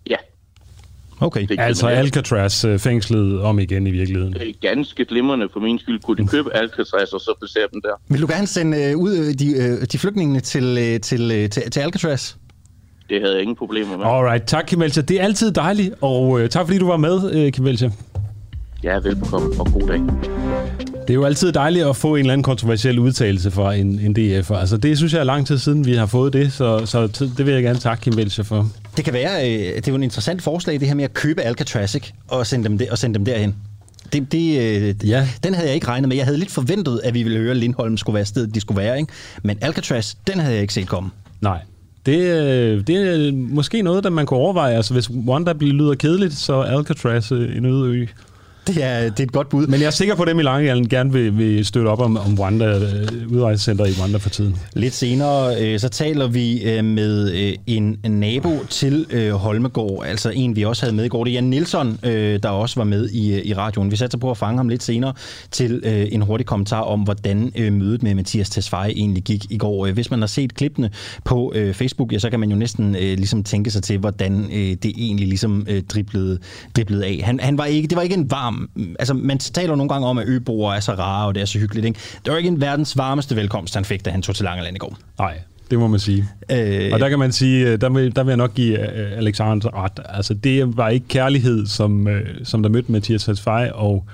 Ja. Okay. Altså Alcatraz-fængslet om igen i virkeligheden. Det er ganske glimrende for min skyld. Kunne de købe Alcatraz og så placere dem der? Vil du gerne sende uh, ud de, uh, de flygtningene til, uh, til, uh, til, til Alcatraz? Det havde jeg ingen problemer med. Alright, tak Kim Welcher. Det er altid dejligt, og uh, tak fordi du var med, uh, Kim Welcher. Ja, velbekomme og god dag. Det er jo altid dejligt at få en eller anden kontroversiel udtalelse fra en, en D F'er. Altså det synes jeg er lang tid siden, vi har fået det, så, så det vil jeg gerne takke Kim Welcher for. Det kan være, øh, det er jo en interessant forslag, det her med at købe Alcatraz, ikke? Og sende dem, de, og sende dem derhen. Det, det, øh, ja. Den havde jeg ikke regnet med. Jeg havde lidt forventet, at vi ville høre, at Lindholm skulle være stedet, de skulle være, ikke? Men Alcatraz, den havde jeg ikke set komme. Nej. Det, det er måske noget, der man kan overveje. Altså hvis Rwanda lyder kedeligt, så er Alcatraz en øde ø. Det er, det er et godt bud. Men jeg er sikker på, at dem i Langeland gerne vil, vil støtte op om, om Rwanda, udrejsecenter i Rwanda for tiden. Lidt senere, øh, så taler vi øh, med øh, en nabo til øh, Holmegaard, altså en, vi også havde med i går. Det er Jan Nielsen, øh, der også var med i, i radioen. Vi satte på at fange ham lidt senere til øh, en hurtig kommentar om, hvordan øh, mødet med Mattias Tesfaye egentlig gik i går. Hvis man har set klippene på øh, Facebook, ja, så kan man jo næsten øh, ligesom tænke sig til, hvordan øh, det egentlig ligesom øh, driblede, driblede af. Han, han var ikke, det var ikke en varm. Altså, man taler nogle gange om, at øboere er så rare, og det er så hyggeligt, ikke? Det var ikke en verdens varmeste velkomst, han fik, da han tog til Langeland i går. Nej, det må man sige. Øh, og der kan man sige, der vil, der vil jeg nok give Alexander ret. Altså, det var ikke kærlighed, som, som der mødte Mattias Tesfaye, og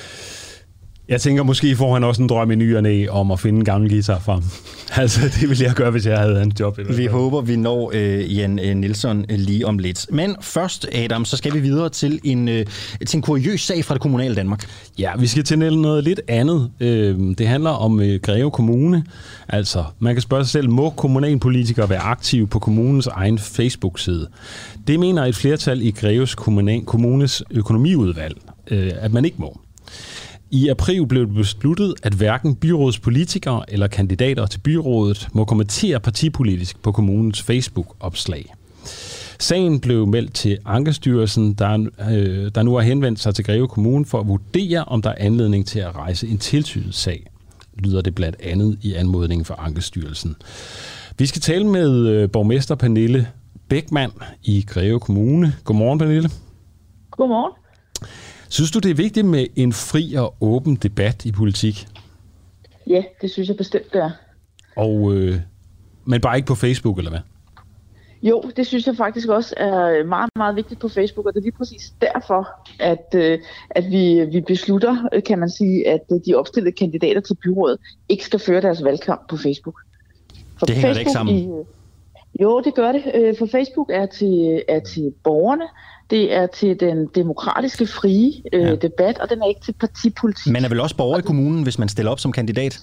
jeg tænker, måske får han også en drøm i ny og næ om at finde en gammel guitar fra ham. Altså, det ville jeg gøre, hvis jeg havde hans job. Vi håber, vi når øh, Jan Nielsen lige om lidt. Men først, Adam, så skal vi videre til en, øh, til en kuriøs sag fra det kommunale Danmark. Ja, vi skal til noget lidt andet. Øh, det handler om øh, Greve Kommune. Altså, man kan spørge sig selv, må kommunalpolitikere være aktive på kommunens egen Facebook-side? Det mener et flertal i Greves kommunes økonomiudvalg, øh, at man ikke må. I april blev det besluttet, at hverken byrådspolitikere eller kandidater til byrådet må kommentere partipolitisk på kommunens Facebook-opslag. Sagen blev meldt til Ankestyrelsen, der, øh, der nu har henvendt sig til Greve Kommune for at vurdere, om der er anledning til at rejse en tilsynssag, lyder det blandt andet i anmodningen fra Ankestyrelsen. Vi skal tale med øh, borgmester Pernille Bäckman i Greve Kommune. Godmorgen, Pernille. Godmorgen. Synes du, det er vigtigt med en fri og åben debat i politik? Ja, det synes jeg bestemt, det er. Og, øh, men bare ikke på Facebook, eller hvad? Jo, det synes jeg faktisk også er meget, meget vigtigt på Facebook, og det er lige præcis derfor, at, øh, at vi, vi beslutter, kan man sige, at de opstillede kandidater til byrådet ikke skal føre deres valgkamp på Facebook. For det hænger Facebook det ikke sammen? I, jo, det gør det. For Facebook er til, er til borgerne. Det er til den demokratiske, frie øh, ja. debat, og den er ikke til partipolitik. Man er vel også borger i kommunen, hvis man stiller op som kandidat?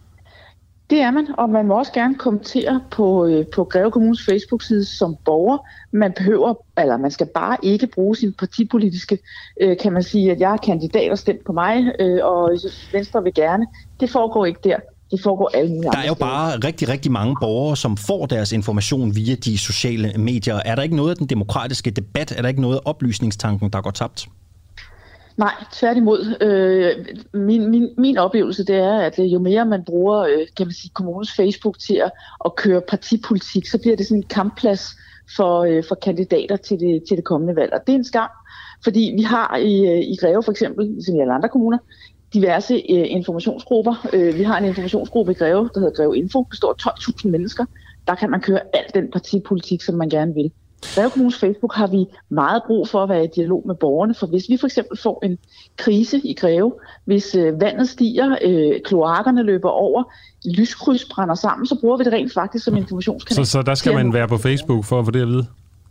Det er man, og man må også gerne kommentere på, øh, på Greve Kommunes Facebook-side som borger. Man behøver, eller man skal bare ikke bruge sin partipolitiske, øh, kan man sige, at jeg er kandidat og stemt på mig, øh, og Venstre vil gerne. Det foregår ikke der. Det foregår alle mulige. Der er jo bare rigtig, rigtig mange borgere, som får deres information via de sociale medier. Er der ikke noget af den demokratiske debat? Er der ikke noget af oplysningstanken, der går tabt? Nej, tværtimod. Øh, min, min, min oplevelse det er, at jo mere man bruger øh, kan man sige, kommunens Facebook til at, at køre partipolitik, så bliver det sådan en kampplads for, øh, for kandidater til det, til det kommende valg. Og det er en skam, fordi vi har i, i Greve for eksempel, ligesom i alle andre kommuner, diverse øh, informationsgrupper. Øh, vi har en informationsgruppe i Greve, der hedder Greve Info. Der består tolv tusind mennesker. Der kan man køre al den partipolitik, som man gerne vil. Greve Kommunes Facebook har vi meget brug for at være i dialog med borgerne, for hvis vi for eksempel får en krise i Greve, hvis øh, vandet stiger, øh, kloakkerne løber over, lyskryds brænder sammen, så bruger vi det rent faktisk som informationskanal. Så, så der skal man være på Facebook for at få det at vide?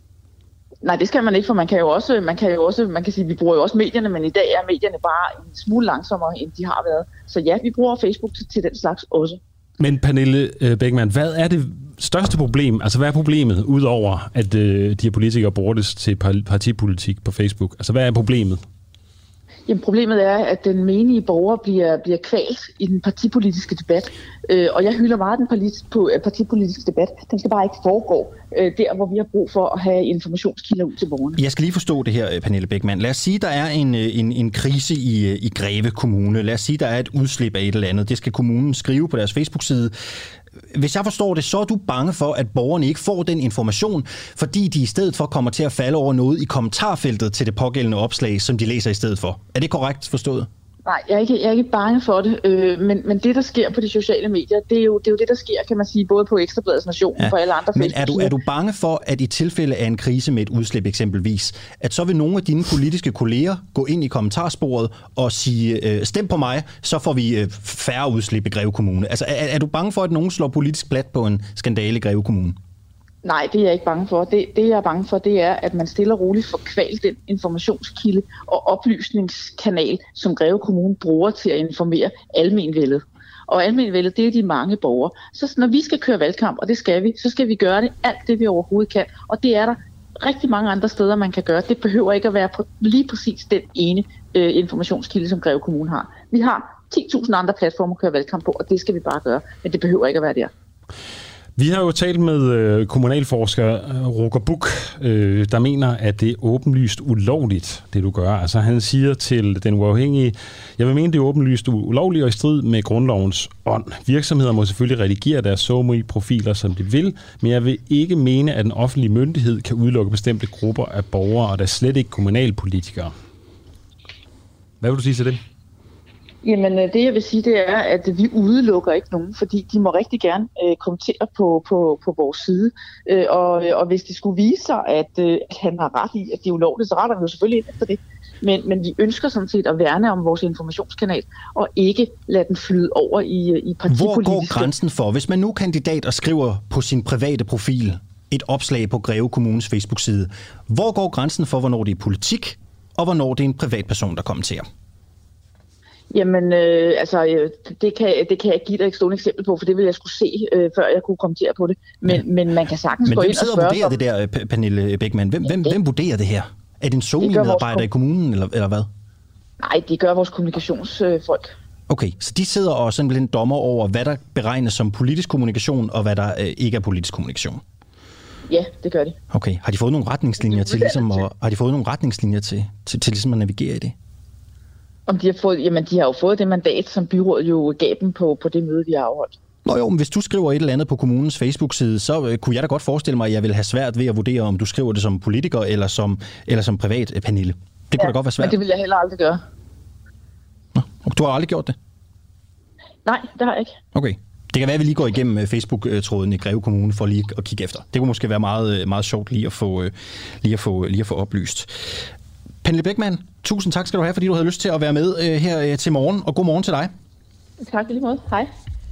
Nej, det skal man ikke, for man kan jo også, man kan jo også, man kan sige, vi bruger jo også medierne, men i dag er medierne bare en smule langsommere, end de har været. Så ja, vi bruger Facebook til, til den slags også. Men Pernille Bäckman, hvad er det største problem? Altså, hvad er problemet, udover at øh, de her politikere bruger det til partipolitik på Facebook? Altså, hvad er problemet? Jamen, problemet er, at den menige borger bliver, bliver kvalt i den partipolitiske debat. Øh, og jeg hylder meget den partipolitiske debat. Den skal bare ikke foregå øh, der, hvor vi har brug for at have informationskilder ud til borgerne. Jeg skal lige forstå det her, Pernille Bäckman. Lad os sige, der er en, en, en krise i, i Greve Kommune. Lad os sige, der er et udslip af et eller andet. Det skal kommunen skrive på deres Facebook-side. hvis jeg forstår det, så er du bange for, at borgerne ikke får den information, fordi de i stedet for kommer til at falde over noget i kommentarfeltet til det pågældende opslag, som de læser i stedet for. Er det korrekt forstået? Nej, jeg er ikke, jeg er ikke bange for det, øh, men, men det, der sker på de sociale medier, det er jo det, er jo det der sker, kan man sige, både på Ekstrabladets Nation og ja, på alle andre men er du, er du bange for, at i tilfælde af en krise med et udslip eksempelvis, at så vil nogle af dine politiske kolleger gå ind i kommentarsporet og sige, øh, stem på mig, så får vi øh, færre udslip i Greve Kommune? Altså, er, er du bange for, at nogen slår politisk plat på en skandale i Greve Kommune? Nej, det er jeg ikke bange for. Det, det jeg er bange for, det er, at man stille og roligt får kvalt den informationskilde og oplysningskanal, som Greve Kommune bruger til at informere almenvældet. Og almenvældet, det er de mange borgere. Så når vi skal køre valgkamp, og det skal vi, så skal vi gøre det alt det, vi overhovedet kan. Og det er der rigtig mange andre steder, man kan gøre. Det behøver ikke at være på lige præcis den ene øh, informationskilde, som Greve Kommune har. Vi har ti tusind andre platformer at køre valgkamp på, og det skal vi bare gøre. Men det behøver ikke at være der. Vi har jo talt med øh, kommunalforsker øh, Roger Buch, øh, der mener, at det er åbenlyst ulovligt, det du gør. Altså han siger til Den Uafhængige, jeg vil mene, det er åbenlyst ulovligt og i strid med grundlovens ånd. Virksomheder må selvfølgelig redigere deres SoMe-profiler, som de vil, men jeg vil ikke mene, at en offentlig myndighed kan udelukke bestemte grupper af borgere, og der er slet ikke kommunalpolitikere. Hvad vil du sige til det? Jamen, det jeg vil sige, det er, at vi udelukker ikke nogen, fordi de må rigtig gerne øh, kommentere på, på, på vores side. Øh, og, og hvis det skulle vise sig, at, øh, at han har ret i, at det er ulovligt, så retter vi jo selvfølgelig ind efter det. Men, men vi ønsker sådan set at værne om vores informationskanal, og ikke lade den flyde over i, i partipolitiske... Hvor går grænsen for, hvis man nu er kandidat og skriver på sin private profil et opslag på Greve Kommunes Facebook-side, hvor går grænsen for, hvornår det er politik, og hvornår det er en privatperson, der kommenterer? Jamen, øh, altså, øh, det, kan, det kan jeg ikke give dig et stående eksempel på, for det vil jeg skulle se, øh, før jeg kunne kommentere på det. Men, ja. men man kan sagtens men gå ind og spørge... Men hvem sidder og vurderer det der, Pernille Bechmann? Hvem, ja, hvem, hvem vurderer det her? Er det en SoMe-medarbejder i kommunen, eller, eller hvad? Nej, det gør vores kommunikationsfolk. Okay, så de sidder og simpelthen dommer over, hvad der beregnes som politisk kommunikation, og hvad der øh, ikke er politisk kommunikation? Ja, det gør de. Okay, har de fået nogle retningslinjer til, ligesom at, har de fået nogle retningslinjer til, til, til ligesom at navigere i det? Om de har fået, jamen de har jo fået det mandat, som byrådet jo gav dem på, på det møde, vi har afholdt. Nå jo, men hvis du skriver et eller andet på kommunens Facebook-side, så øh, kunne jeg da godt forestille mig, at jeg vil have svært ved at vurdere, om du skriver det som politiker eller som, eller som privat, øh, Pernille. Det kunne ja, da godt være svært. Men det vil jeg heller aldrig gøre. Nå, og du har aldrig gjort det? Nej, det har jeg ikke. Okay. Det kan være, at vi lige går igennem Facebook-tråden i Greve Kommune for lige at kigge efter. Det kunne måske være meget, meget sjovt lige at få, lige at få, lige at få oplyst. Pernille Bechmann, tusind tak skal du have, fordi du havde lyst til at være med øh, her øh, til morgen, og god morgen til dig. Tak lige måde. Hej.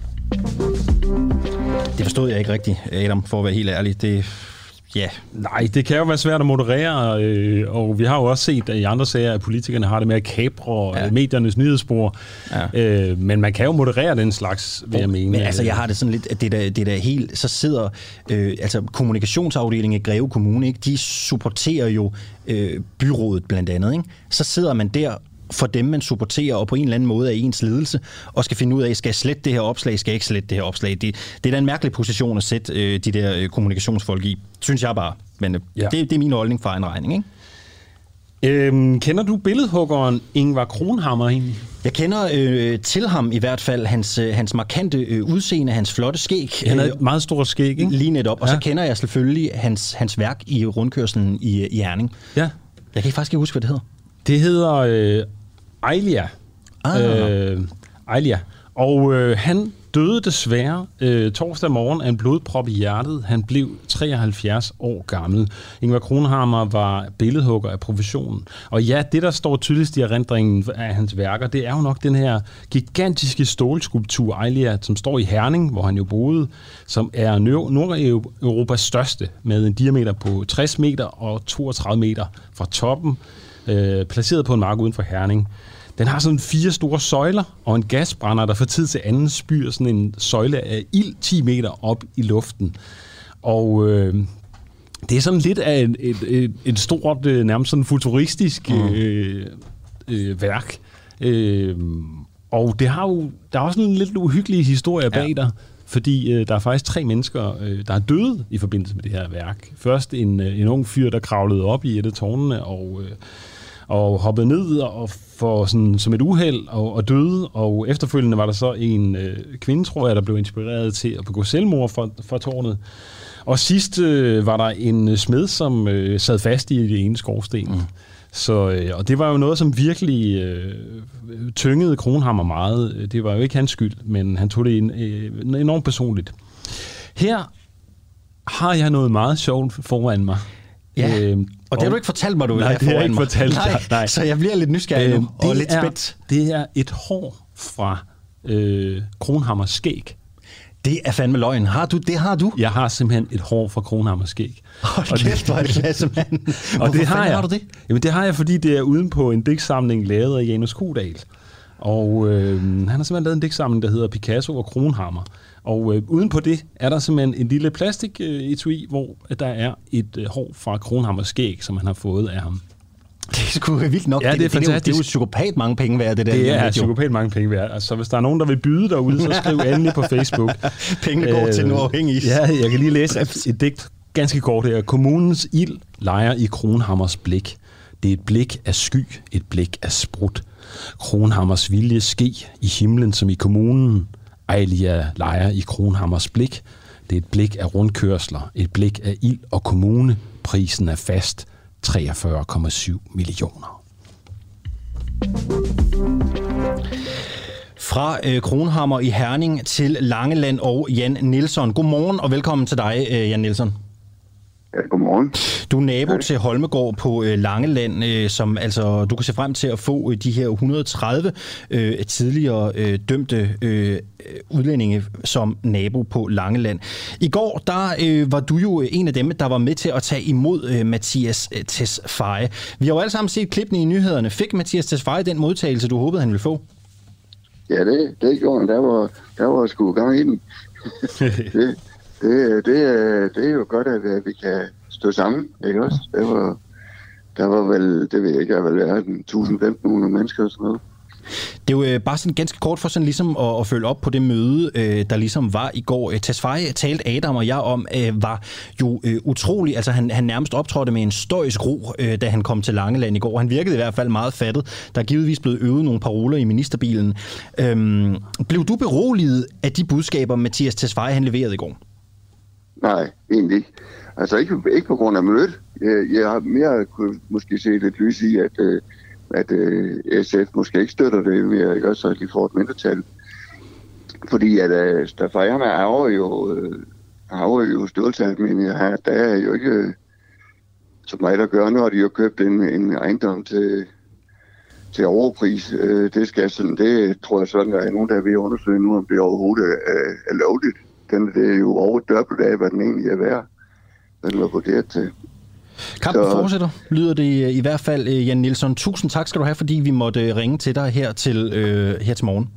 Det forstod jeg ikke rigtigt, Adam, for at være helt ærlig. Det, ja. Nej, det kan jo være svært at moderere, øh, og vi har jo også set at i andre sager, at politikerne har det med at kapre ja. mediernes nyhedsspor. Ja. Øh, men man kan jo moderere den slags, vil jeg mene. Men altså, jeg har det sådan lidt, at det der, det der helt, så sidder øh, altså kommunikationsafdelingen i Greve Kommune, ikke? De supporterer jo øh, byrådet blandt andet, ikke? Så sidder man der for dem, man supporterer, og på en eller anden måde er ens ledelse, og skal finde ud af, skal jeg slette det her opslag, skal jeg ikke slette det her opslag. Det, det er da en mærkelig position at sætte øh, de der øh, kommunikationsfolk i, synes jeg bare. Men øh, ja. det, det er min holdning fra en regning, ikke? Øhm, kender du billedhuggeren Ingvar Kronhammer egentlig? Jeg kender øh, til ham i hvert fald, hans, øh, hans markante øh, udseende, hans flotte skæg. Han har et meget stort skæg, ikke? Lige netop. Og ja. Så kender jeg selvfølgelig hans, hans værk i rundkørslen i, i Herning. Ja. Jeg kan faktisk ikke huske, hvad det hedder. Det hedder øh, Ejlia. Ah. Øh, Ejlia. Og øh, han døde desværre øh, torsdag morgen af en blodprop i hjertet. Han blev treoghalvfjerds år gammel. Ingvar Kronhammer var billedhugger af professionen. Og ja, det der står tydeligst i erindringen af hans værker, det er jo nok den her gigantiske stålskulptur Ejlia, som står i Herning, hvor han jo boede, som er Nordeuropas største, med en diameter på tres meter og toogtredive meter fra toppen, øh, placeret på en mark uden for Herning. Den har sådan fire store søjler og en gasbrænder, der fra tid til anden spyr sådan en søjle af ild ti meter op i luften. Og øh, det er sådan lidt af et, et, et, et stort, nærmest sådan futuristisk mm. øh, øh, værk. Øh, og det har jo, der er også en lidt uhyggelig historie bag ja. der, fordi øh, der er faktisk tre mennesker, øh, der er døde i forbindelse med det her værk. Først en, en ung fyr, der kravlede op i et af tårnene og... Øh, og hoppede ned og for sådan, som et uheld og, og døde, og efterfølgende var der så en øh, kvinde, tror jeg, der blev inspireret til at begå selvmord for, for tårnet. Og sidst øh, var der en smed, som øh, sad fast i det ene skorsten. Mm. Så, øh, og det var jo noget, som virkelig øh, tyngede Kronhammer meget. Det var jo ikke hans skyld, men han tog det en, øh, enormt personligt. Her har jeg noget meget sjovt foran mig. Ja, øh, og det har du ikke fortalt mig, du vil nej, have foran mig. Nej, det har jeg ikke fortalt dig. Nej, så jeg bliver lidt nysgerrig øh, nu, og lidt spændt. Det er et hår fra øh, Kronhammers skæg. Det er fandme løgn. Har du? Det har du? Jeg har simpelthen et hår fra Kronhammers skæg. Hold kæft, hvor er det klasse, mand. Og det har jeg. Har du det? Jamen, det har jeg, fordi det er uden på en digtsamling lavet af Janus Kodal. Og øh, han har simpelthen lavet en digtsamling, der hedder Picasso og Kronhammer. Og øh, uden på det er der simpelthen en lille plastik-etui, hvor der er et øh, hår fra Kronhammers skæg, som han har fået af ham. Det er sgu vildt nok. Ja, det er det, fantastisk. Det er jo, det er jo psykopat mange penge værd, det der. Det er psykopat mange penge værd. Altså, hvis der er nogen, der vil byde derude, så skriv endelig på Facebook. Pengene går øh, til den uafhængige. Ja, jeg kan lige læse et digt ganske kort her. Kommunens ild leger i Kronhammers blik. Det er et blik af sky, et blik af sprut. Kronhammers vilje ske i himlen som i kommunen. Ejlia leger i Kronhammers blik. Det er et blik af rundkørsler, et blik af ild og kommune. Prisen er fast. treogfyrre komma syv millioner. Fra øh, Kronhammer i Herning til Langeland og Jan Nielsen. Godmorgen og velkommen til dig, øh, Jan Nielsen. Ja, godmorgen. Du er nabo til Holmegaard på øh, Langeland, øh, som altså du kan se frem til at få øh, de her et hundrede og tredive øh, tidligere øh, dømte øh, udlændinge som nabo på Langeland. I går der øh, var du jo en af dem, der var med til at tage imod øh, Mathias øh, Tesfaye. Vi har jo alle sammen set klippene i nyhederne. Fik Mathias Tesfaye den modtagelse, du håbede, han ville få? Ja, det, det gjorde han. Der var, der var sgu gang i den. det, Det, det, det er jo godt, at vi kan stå sammen, ikke også? Det var, der var vel, det ved jeg ikke, der var vel tusind femten hundrede mennesker og sådan noget. Det er jo øh, bare sådan ganske kort for sådan ligesom at, at følge op på det møde, øh, der ligesom var i går. Tesfaye talte Adam og jeg om, øh, var jo øh, utrolig, altså han, han nærmest optrådte med en stoisk ro, øh, da han kom til Langeland i går. Han virkede i hvert fald meget fattet. Der er givetvis blevet øvet nogle paroler i ministerbilen. Øhm, blev du beroliget af de budskaber, Mathias Tesfaye han leverede i går? Nej, egentlig ikke. Altså ikke, ikke på grund af mødet. Jeg, jeg har mere kunne måske se lidt lys i, at, at, at S F måske ikke støtter det mere, ikke også, så de får et mindretal. Fordi at uh, Tesfaye han er jo, uh, jo stålsat, men ja, der er jo ikke så meget at gøre. Nu har de jo købt en, en ejendom til, til overpris. Uh, det skal sådan, det tror jeg sådan, der er nogen, der er ved at undersøge nu, om det overhovedet er, er lovligt. Den, det er jo over dobbelt af, hvad den egentlig er værd. Den var vurderet til. Kampen så fortsætter, lyder det i hvert fald. Jan Nielsen, tusind tak skal du have, fordi vi måtte ringe til dig her til, øh, her til morgen.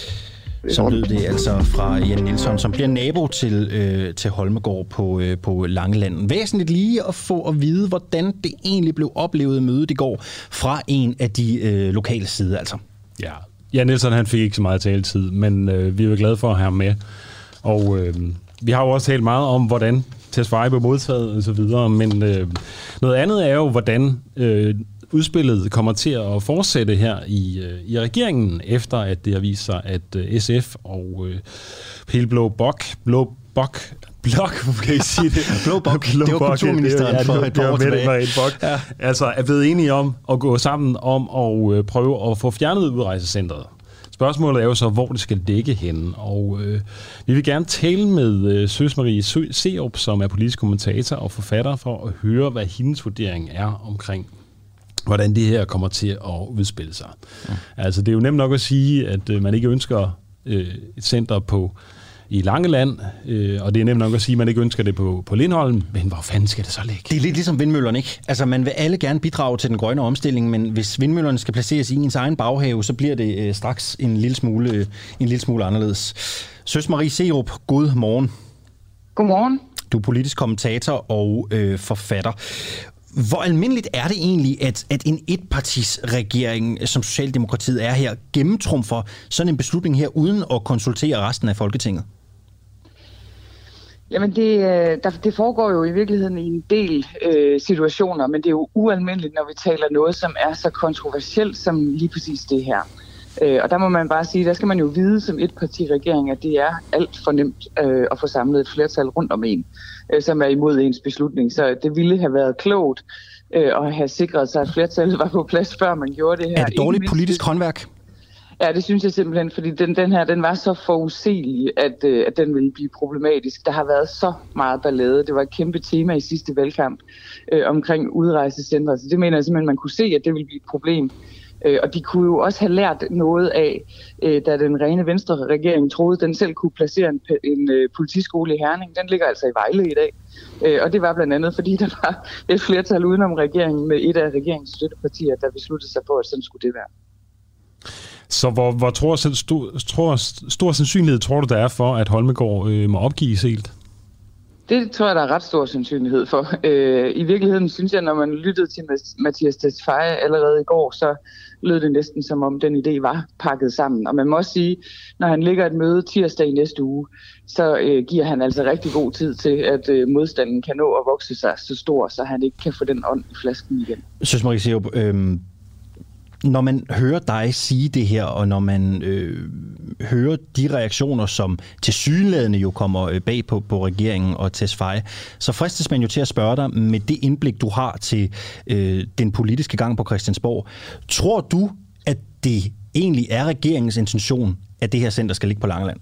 Så lød det altså fra Jan Nielsen, som bliver nabo til, øh, til Holmegaard på, øh, på Langeland. Væsentligt lige at få at vide, hvordan det egentlig blev oplevet i mødet i går fra en af de øh, lokale sider. Altså. Ja, Jan Nielsen han fik ikke så meget taletid, men øh, vi er glade for at have ham med. Og øh, vi har jo også talt meget om, hvordan Tesfaye blev modtaget og så videre, men øh, noget andet er jo, hvordan øh, udspillet kommer til at fortsætte her i, øh, i regeringen, efter at det har vist sig, at øh, S F og øh, hele Blå Bok, Blå Bok, Blok, kan jeg sige det? Blå Bok, det var kulturministeren ja, for et par år tilbage. Ja. Altså er blevet enige om at gå sammen om at øh, prøve at få fjernet udrejsecentret. Spørgsmålet er jo så, hvor det skal ligge henne, og øh, vi vil gerne tale med øh, Søs Marie Serup, som er politisk kommentator og forfatter, for at høre, hvad hendes vurdering er omkring, hvordan det her kommer til at udspille sig. Ja. Altså, det er jo nemt nok at sige, at øh, man ikke ønsker øh, et center på i Langeland, øh, og det er nemt nok at sige, at man ikke ønsker det på, på Lindholm, men hvor fanden skal det så ligge? Det er lidt ligesom vindmøllerne, ikke? Altså, man vil alle gerne bidrage til den grønne omstilling, men hvis vindmøllerne skal placeres i ens egen baghave, så bliver det øh, straks en lille smule, øh, en lille smule anderledes. Søs Marie Serup, god morgen. Godmorgen. Du er politisk kommentator og øh, forfatter. Hvor almindeligt er det egentlig, at, at en etpartisregering, som Socialdemokratiet er her, gennemtrumfer sådan en beslutning her, uden at konsultere resten af Folketinget? Jamen, det, der, det foregår jo i virkeligheden i en del øh, situationer, men det er jo ualmindeligt, når vi taler noget, som er så kontroversielt som lige præcis det her. Øh, og der må man bare sige, der skal man jo vide som et parti-regering, at det er alt for nemt øh, at få samlet et flertal rundt om en, øh, som er imod ens beslutning. Så det ville have været klogt øh, at have sikret sig, at flertallet var på plads, før man gjorde det her. Er det dårligt politisk håndværk? Ja, det synes jeg simpelthen, fordi den, den her, den var så forudsigelig, at, øh, at den ville blive problematisk. Der har været så meget ballade. Det var et kæmpe tema i sidste valgkamp øh, omkring udrejsecentre. Så det mener jeg simpelthen, man kunne se, at det ville blive et problem. Øh, og de kunne jo også have lært noget af, øh, da den rene venstre regering troede, den selv kunne placere en, en øh, politiskole i Herning. Den ligger altså i Vejle i dag. Øh, og det var blandt andet, fordi der var et flertal udenom regeringen med et af regeringens støttepartier, der besluttede sig på, at sådan skulle det være. Så hvor, hvor tror, stor, stor, stor sandsynlighed tror du, der er for, at Holmegaard øh, må opgives helt? Det tror jeg, der er ret stor sandsynlighed for. Øh, I virkeligheden synes jeg, når man lyttede til Mattias Tesfaye allerede i går, så lød det næsten som om den idé var pakket sammen. Og man må også sige, når han ligger et møde tirsdag i næste uge, så øh, giver han altså rigtig god tid til, at øh, modstanden kan nå at vokse sig så stor, så han ikke kan få den ånd i flasken igen. Søs Marie Serup, øh... når man hører dig sige det her, og når man øh, hører de reaktioner, som tilsyneladende jo kommer bag på, på regeringen og Tesfaye, så fristes man jo til at spørge dig med det indblik, du har til øh, den politiske gang på Christiansborg. Tror du, at det egentlig er regeringens intention, at det her center skal ligge på Langeland?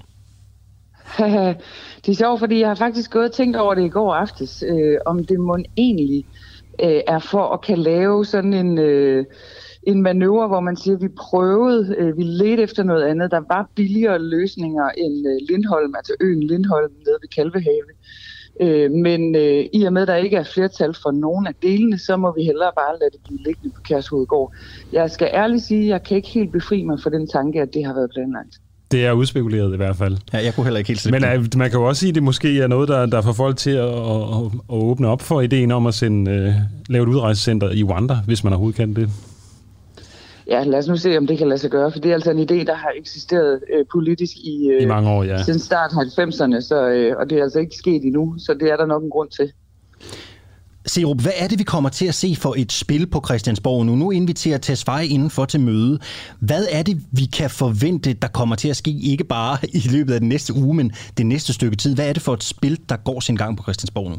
Det er sjovt, fordi jeg har faktisk gået og tænkt over det i går aftes, øh, om det må egentlig øh, er for at kan lave sådan en... Øh, en manøvre, hvor man siger, at vi prøvede, øh, vi ledte efter noget andet. Der var billigere løsninger end øh, Lindholm, altså øen Lindholm nede ved Kalvehave. Øh, men øh, i og med, at der ikke er flertal for nogen af delene, så må vi hellere bare lade det blive liggende på Kærshovedgård. Jeg skal ærligt sige, at jeg kan ikke helt befri mig for den tanke, at det har været planlagt. Det er udspekuleret i hvert fald. Ja, jeg kunne heller ikke helt slippe. Men uh, man kan jo også sige, at det måske er noget, der, der får folk til at, at, at åbne op for ideen om at sende, uh, lave et udrejsecenter i Rwanda, hvis man overhovedet kan det. Ja, lad os nu se, om det kan lade sig gøre, for det er altså en idé, der har eksisteret øh, politisk i, øh, I mange år, ja. siden start halvfemserne, så, øh, og det er altså ikke sket endnu, så det er der nok en grund til. Serup, hvad er det, vi kommer til at se for et spil på Christiansborg nu? Nu inviterer Tesfaye indenfor til møde. Hvad er det, vi kan forvente, der kommer til at ske, ikke bare i løbet af den næste uge, men det næste stykke tid? Hvad er det for et spil, der går sin gang på Christiansborg nu?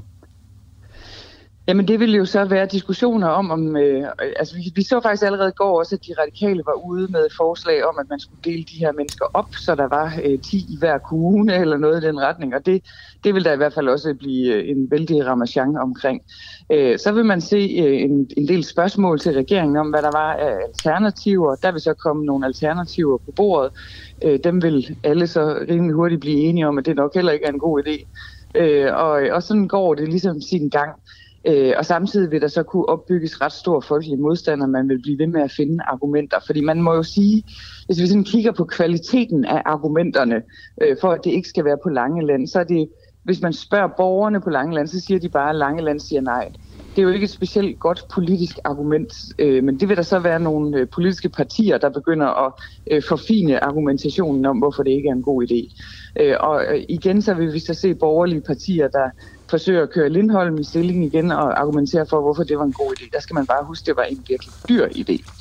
Jamen det ville jo så være diskussioner om, om øh, altså vi, vi så faktisk allerede i går også, at de radikale var ude med et forslag om, at man skulle dele de her mennesker op, så der var øh, ti i hver kommune eller noget i den retning, og det, det vil der i hvert fald også blive en vældig ramachan omkring. Øh, så vil man se øh, en, en del spørgsmål til regeringen om, hvad der var af alternativer. Der vil så komme nogle alternativer på bordet. Øh, dem vil alle så rimelig hurtigt blive enige om, at det nok heller ikke er en god idé. Øh, og, og sådan går det ligesom sin gang. Øh, og samtidig vil der så kunne opbygges ret stor folkelig modstand, og man vil blive ved med at finde argumenter. Fordi man må jo sige, hvis vi sådan kigger på kvaliteten af argumenterne, øh, for at det ikke skal være på Langeland, så er det, hvis man spørger borgerne på Langeland, så siger de bare, at Langeland siger nej. Det er jo ikke et specielt godt politisk argument, øh, men det vil der så være nogle øh, politiske partier, der begynder at øh, forfine argumentationen om, hvorfor det ikke er en god idé. Øh, og øh, igen så vil vi så se borgerlige partier, der forsøger at køre Lindholm i stilling igen og argumentere for, hvorfor det var en god idé. Der skal man bare huske, at det var en virkelig dyr idé.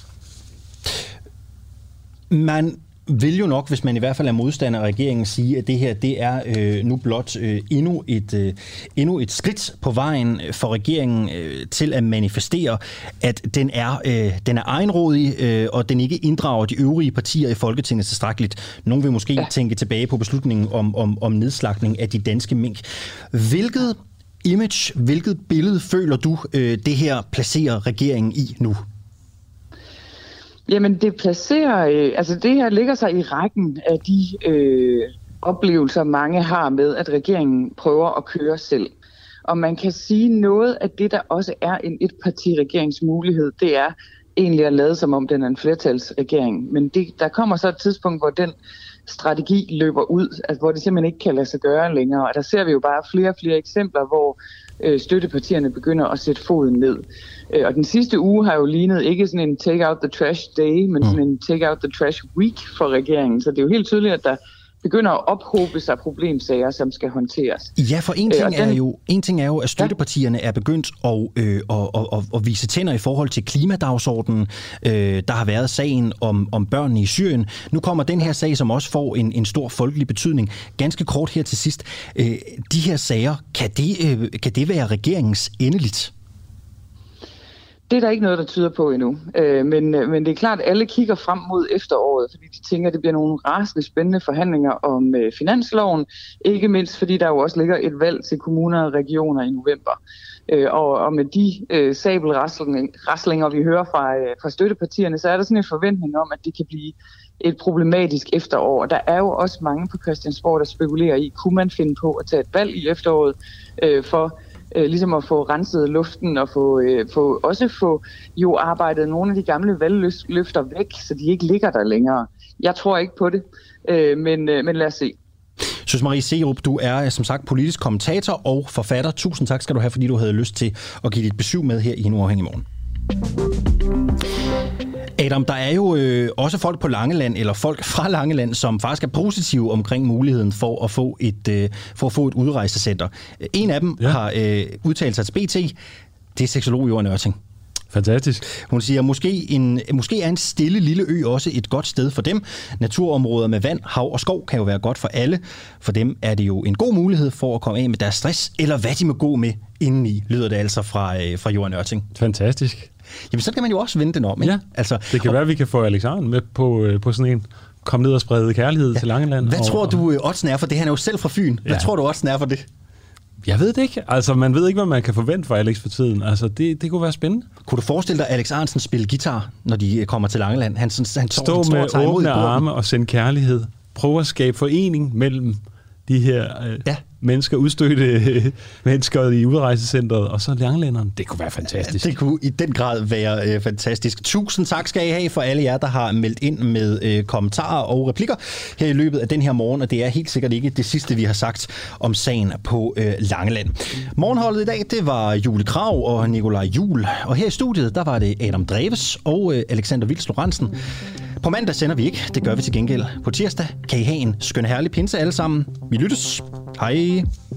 Man vil jo nok, hvis man i hvert fald er modstander af regeringen, sige, at det her det er øh, nu blot øh, endnu, et, øh, endnu et skridt på vejen for regeringen øh, til at manifestere, at den er, øh, den er egenrådig, øh, og den ikke inddrager de øvrige partier i Folketinget tilstrækkeligt. Nogle vil måske ja. tænke tilbage på beslutningen om, om, om nedslagtning af de danske mink. Hvilket image, hvilket billede føler du, øh, det her placerer regeringen i nu? Jamen det placerer, øh, altså det her ligger sig i rækken af de øh, oplevelser, mange har med, at regeringen prøver at køre selv. Og man kan sige noget af det, der også er en etparti-regeringsmulighed, det er egentlig at lade som om den er en flertalsregering. Men det, der kommer så et tidspunkt, hvor den strategi løber ud, altså hvor det simpelthen ikke kan lade sig gøre længere. Og der ser vi jo bare flere og flere eksempler, hvor øh, støttepartierne begynder at sætte foden ned. Øh, og den sidste uge har jo lignet ikke sådan en take out the trash day, men sådan en take out the trash week for regeringen. Så det er jo helt tydeligt, at der begynder at ophobe sig problemsager, som skal hånteres. Ja, for en ting, øh, den... er, jo, en ting er jo, at støttepartierne ja. er begyndt at, øh, at, at, at, at vise tænder i forhold til klimadagsordenen. Øh, der har været sagen om, om børnene i Syrien. Nu kommer den her sag, som også får en, en stor folkelig betydning. Ganske kort her til sidst. Øh, de her sager, kan det, øh, kan det være regeringens endeligt? Det er der ikke noget, der tyder på endnu. Øh, men, men det er klart, at alle kigger frem mod efteråret, fordi de tænker, at det bliver nogle rasende spændende forhandlinger om øh, finansloven. Ikke mindst, fordi der jo også ligger et valg til kommuner og regioner i november. Øh, og, og med de øh, sabelraslinger, vi hører fra, øh, fra støttepartierne, så er der sådan en forventning om, at det kan blive et problematisk efterår. Der er jo også mange på Christiansborg, der spekulerer i, kunne man finde på at tage et valg i efteråret øh, for Øh, ligesom at få renset luften og få, øh, få, også få jo arbejdet nogle af de gamle valgløfter væk, så de ikke ligger der længere. Jeg tror ikke på det, øh, men, øh, men lad os se. Søs Marie Serup, du er som sagt politisk kommentator og forfatter. Tusind tak skal du have, fordi du havde lyst til at give dit besøg med her i En Uafhængig Morgen. Adam, der er jo øh, også folk på Langeland, eller folk fra Langeland, som faktisk er positive omkring muligheden for at få et, øh, for at få et udrejsecenter. En af dem ja. har øh, udtalt sig til B T. Det er seksolog Joan Ørting. Fantastisk. Hun siger, måske, en, måske er en stille lille ø også et godt sted for dem. Naturområder med vand, hav og skov kan jo være godt for alle. For dem er det jo en god mulighed for at komme af med deres stress, eller hvad de må gå med indeni, lyder det altså fra, øh, fra Joan Ørting. Fantastisk. Jamen, så kan man jo også vende den om, ikke? Ja, altså, det kan og, være, at vi kan få Alex Ahrendtsen med på, på sådan en kom ned og sprede kærlighed ja. til Langeland. Hvad og, tror du, oddsen er for det? Han er jo selv fra Fyn. Hvad ja. tror du, oddsen er for det? Jeg ved det ikke. Altså, man ved ikke, hvad man kan forvente fra Alex for tiden. Altså, det, det kunne være spændende. Kunne du forestille dig Alex Ahrendtsen spille guitar, når de kommer til Langeland? Han, han, han Stå han med åbne arme og sende kærlighed. Prøv at skabe forening mellem de her øh, ja. mennesker, udstødte øh, mennesker i udrejsecentret, og så Langelænderen. Det kunne være fantastisk. Det kunne i den grad være øh, fantastisk. Tusind tak skal I have for alle jer, der har meldt ind med øh, kommentarer og replikker her i løbet af den her morgen, og det er helt sikkert ikke det sidste, vi har sagt om sagen på øh, Langeland. Morgenholdet i dag, det var Julie Krag og Nikolaj Juhl, og her i studiet, der var det Adam Dreves og øh, Alexander Vils Lorentzen. På mandag sender vi ikke, det gør vi til gengæld på tirsdag. Kan I have en skøn herlig pinse alle sammen. Vi lyttes. Hej.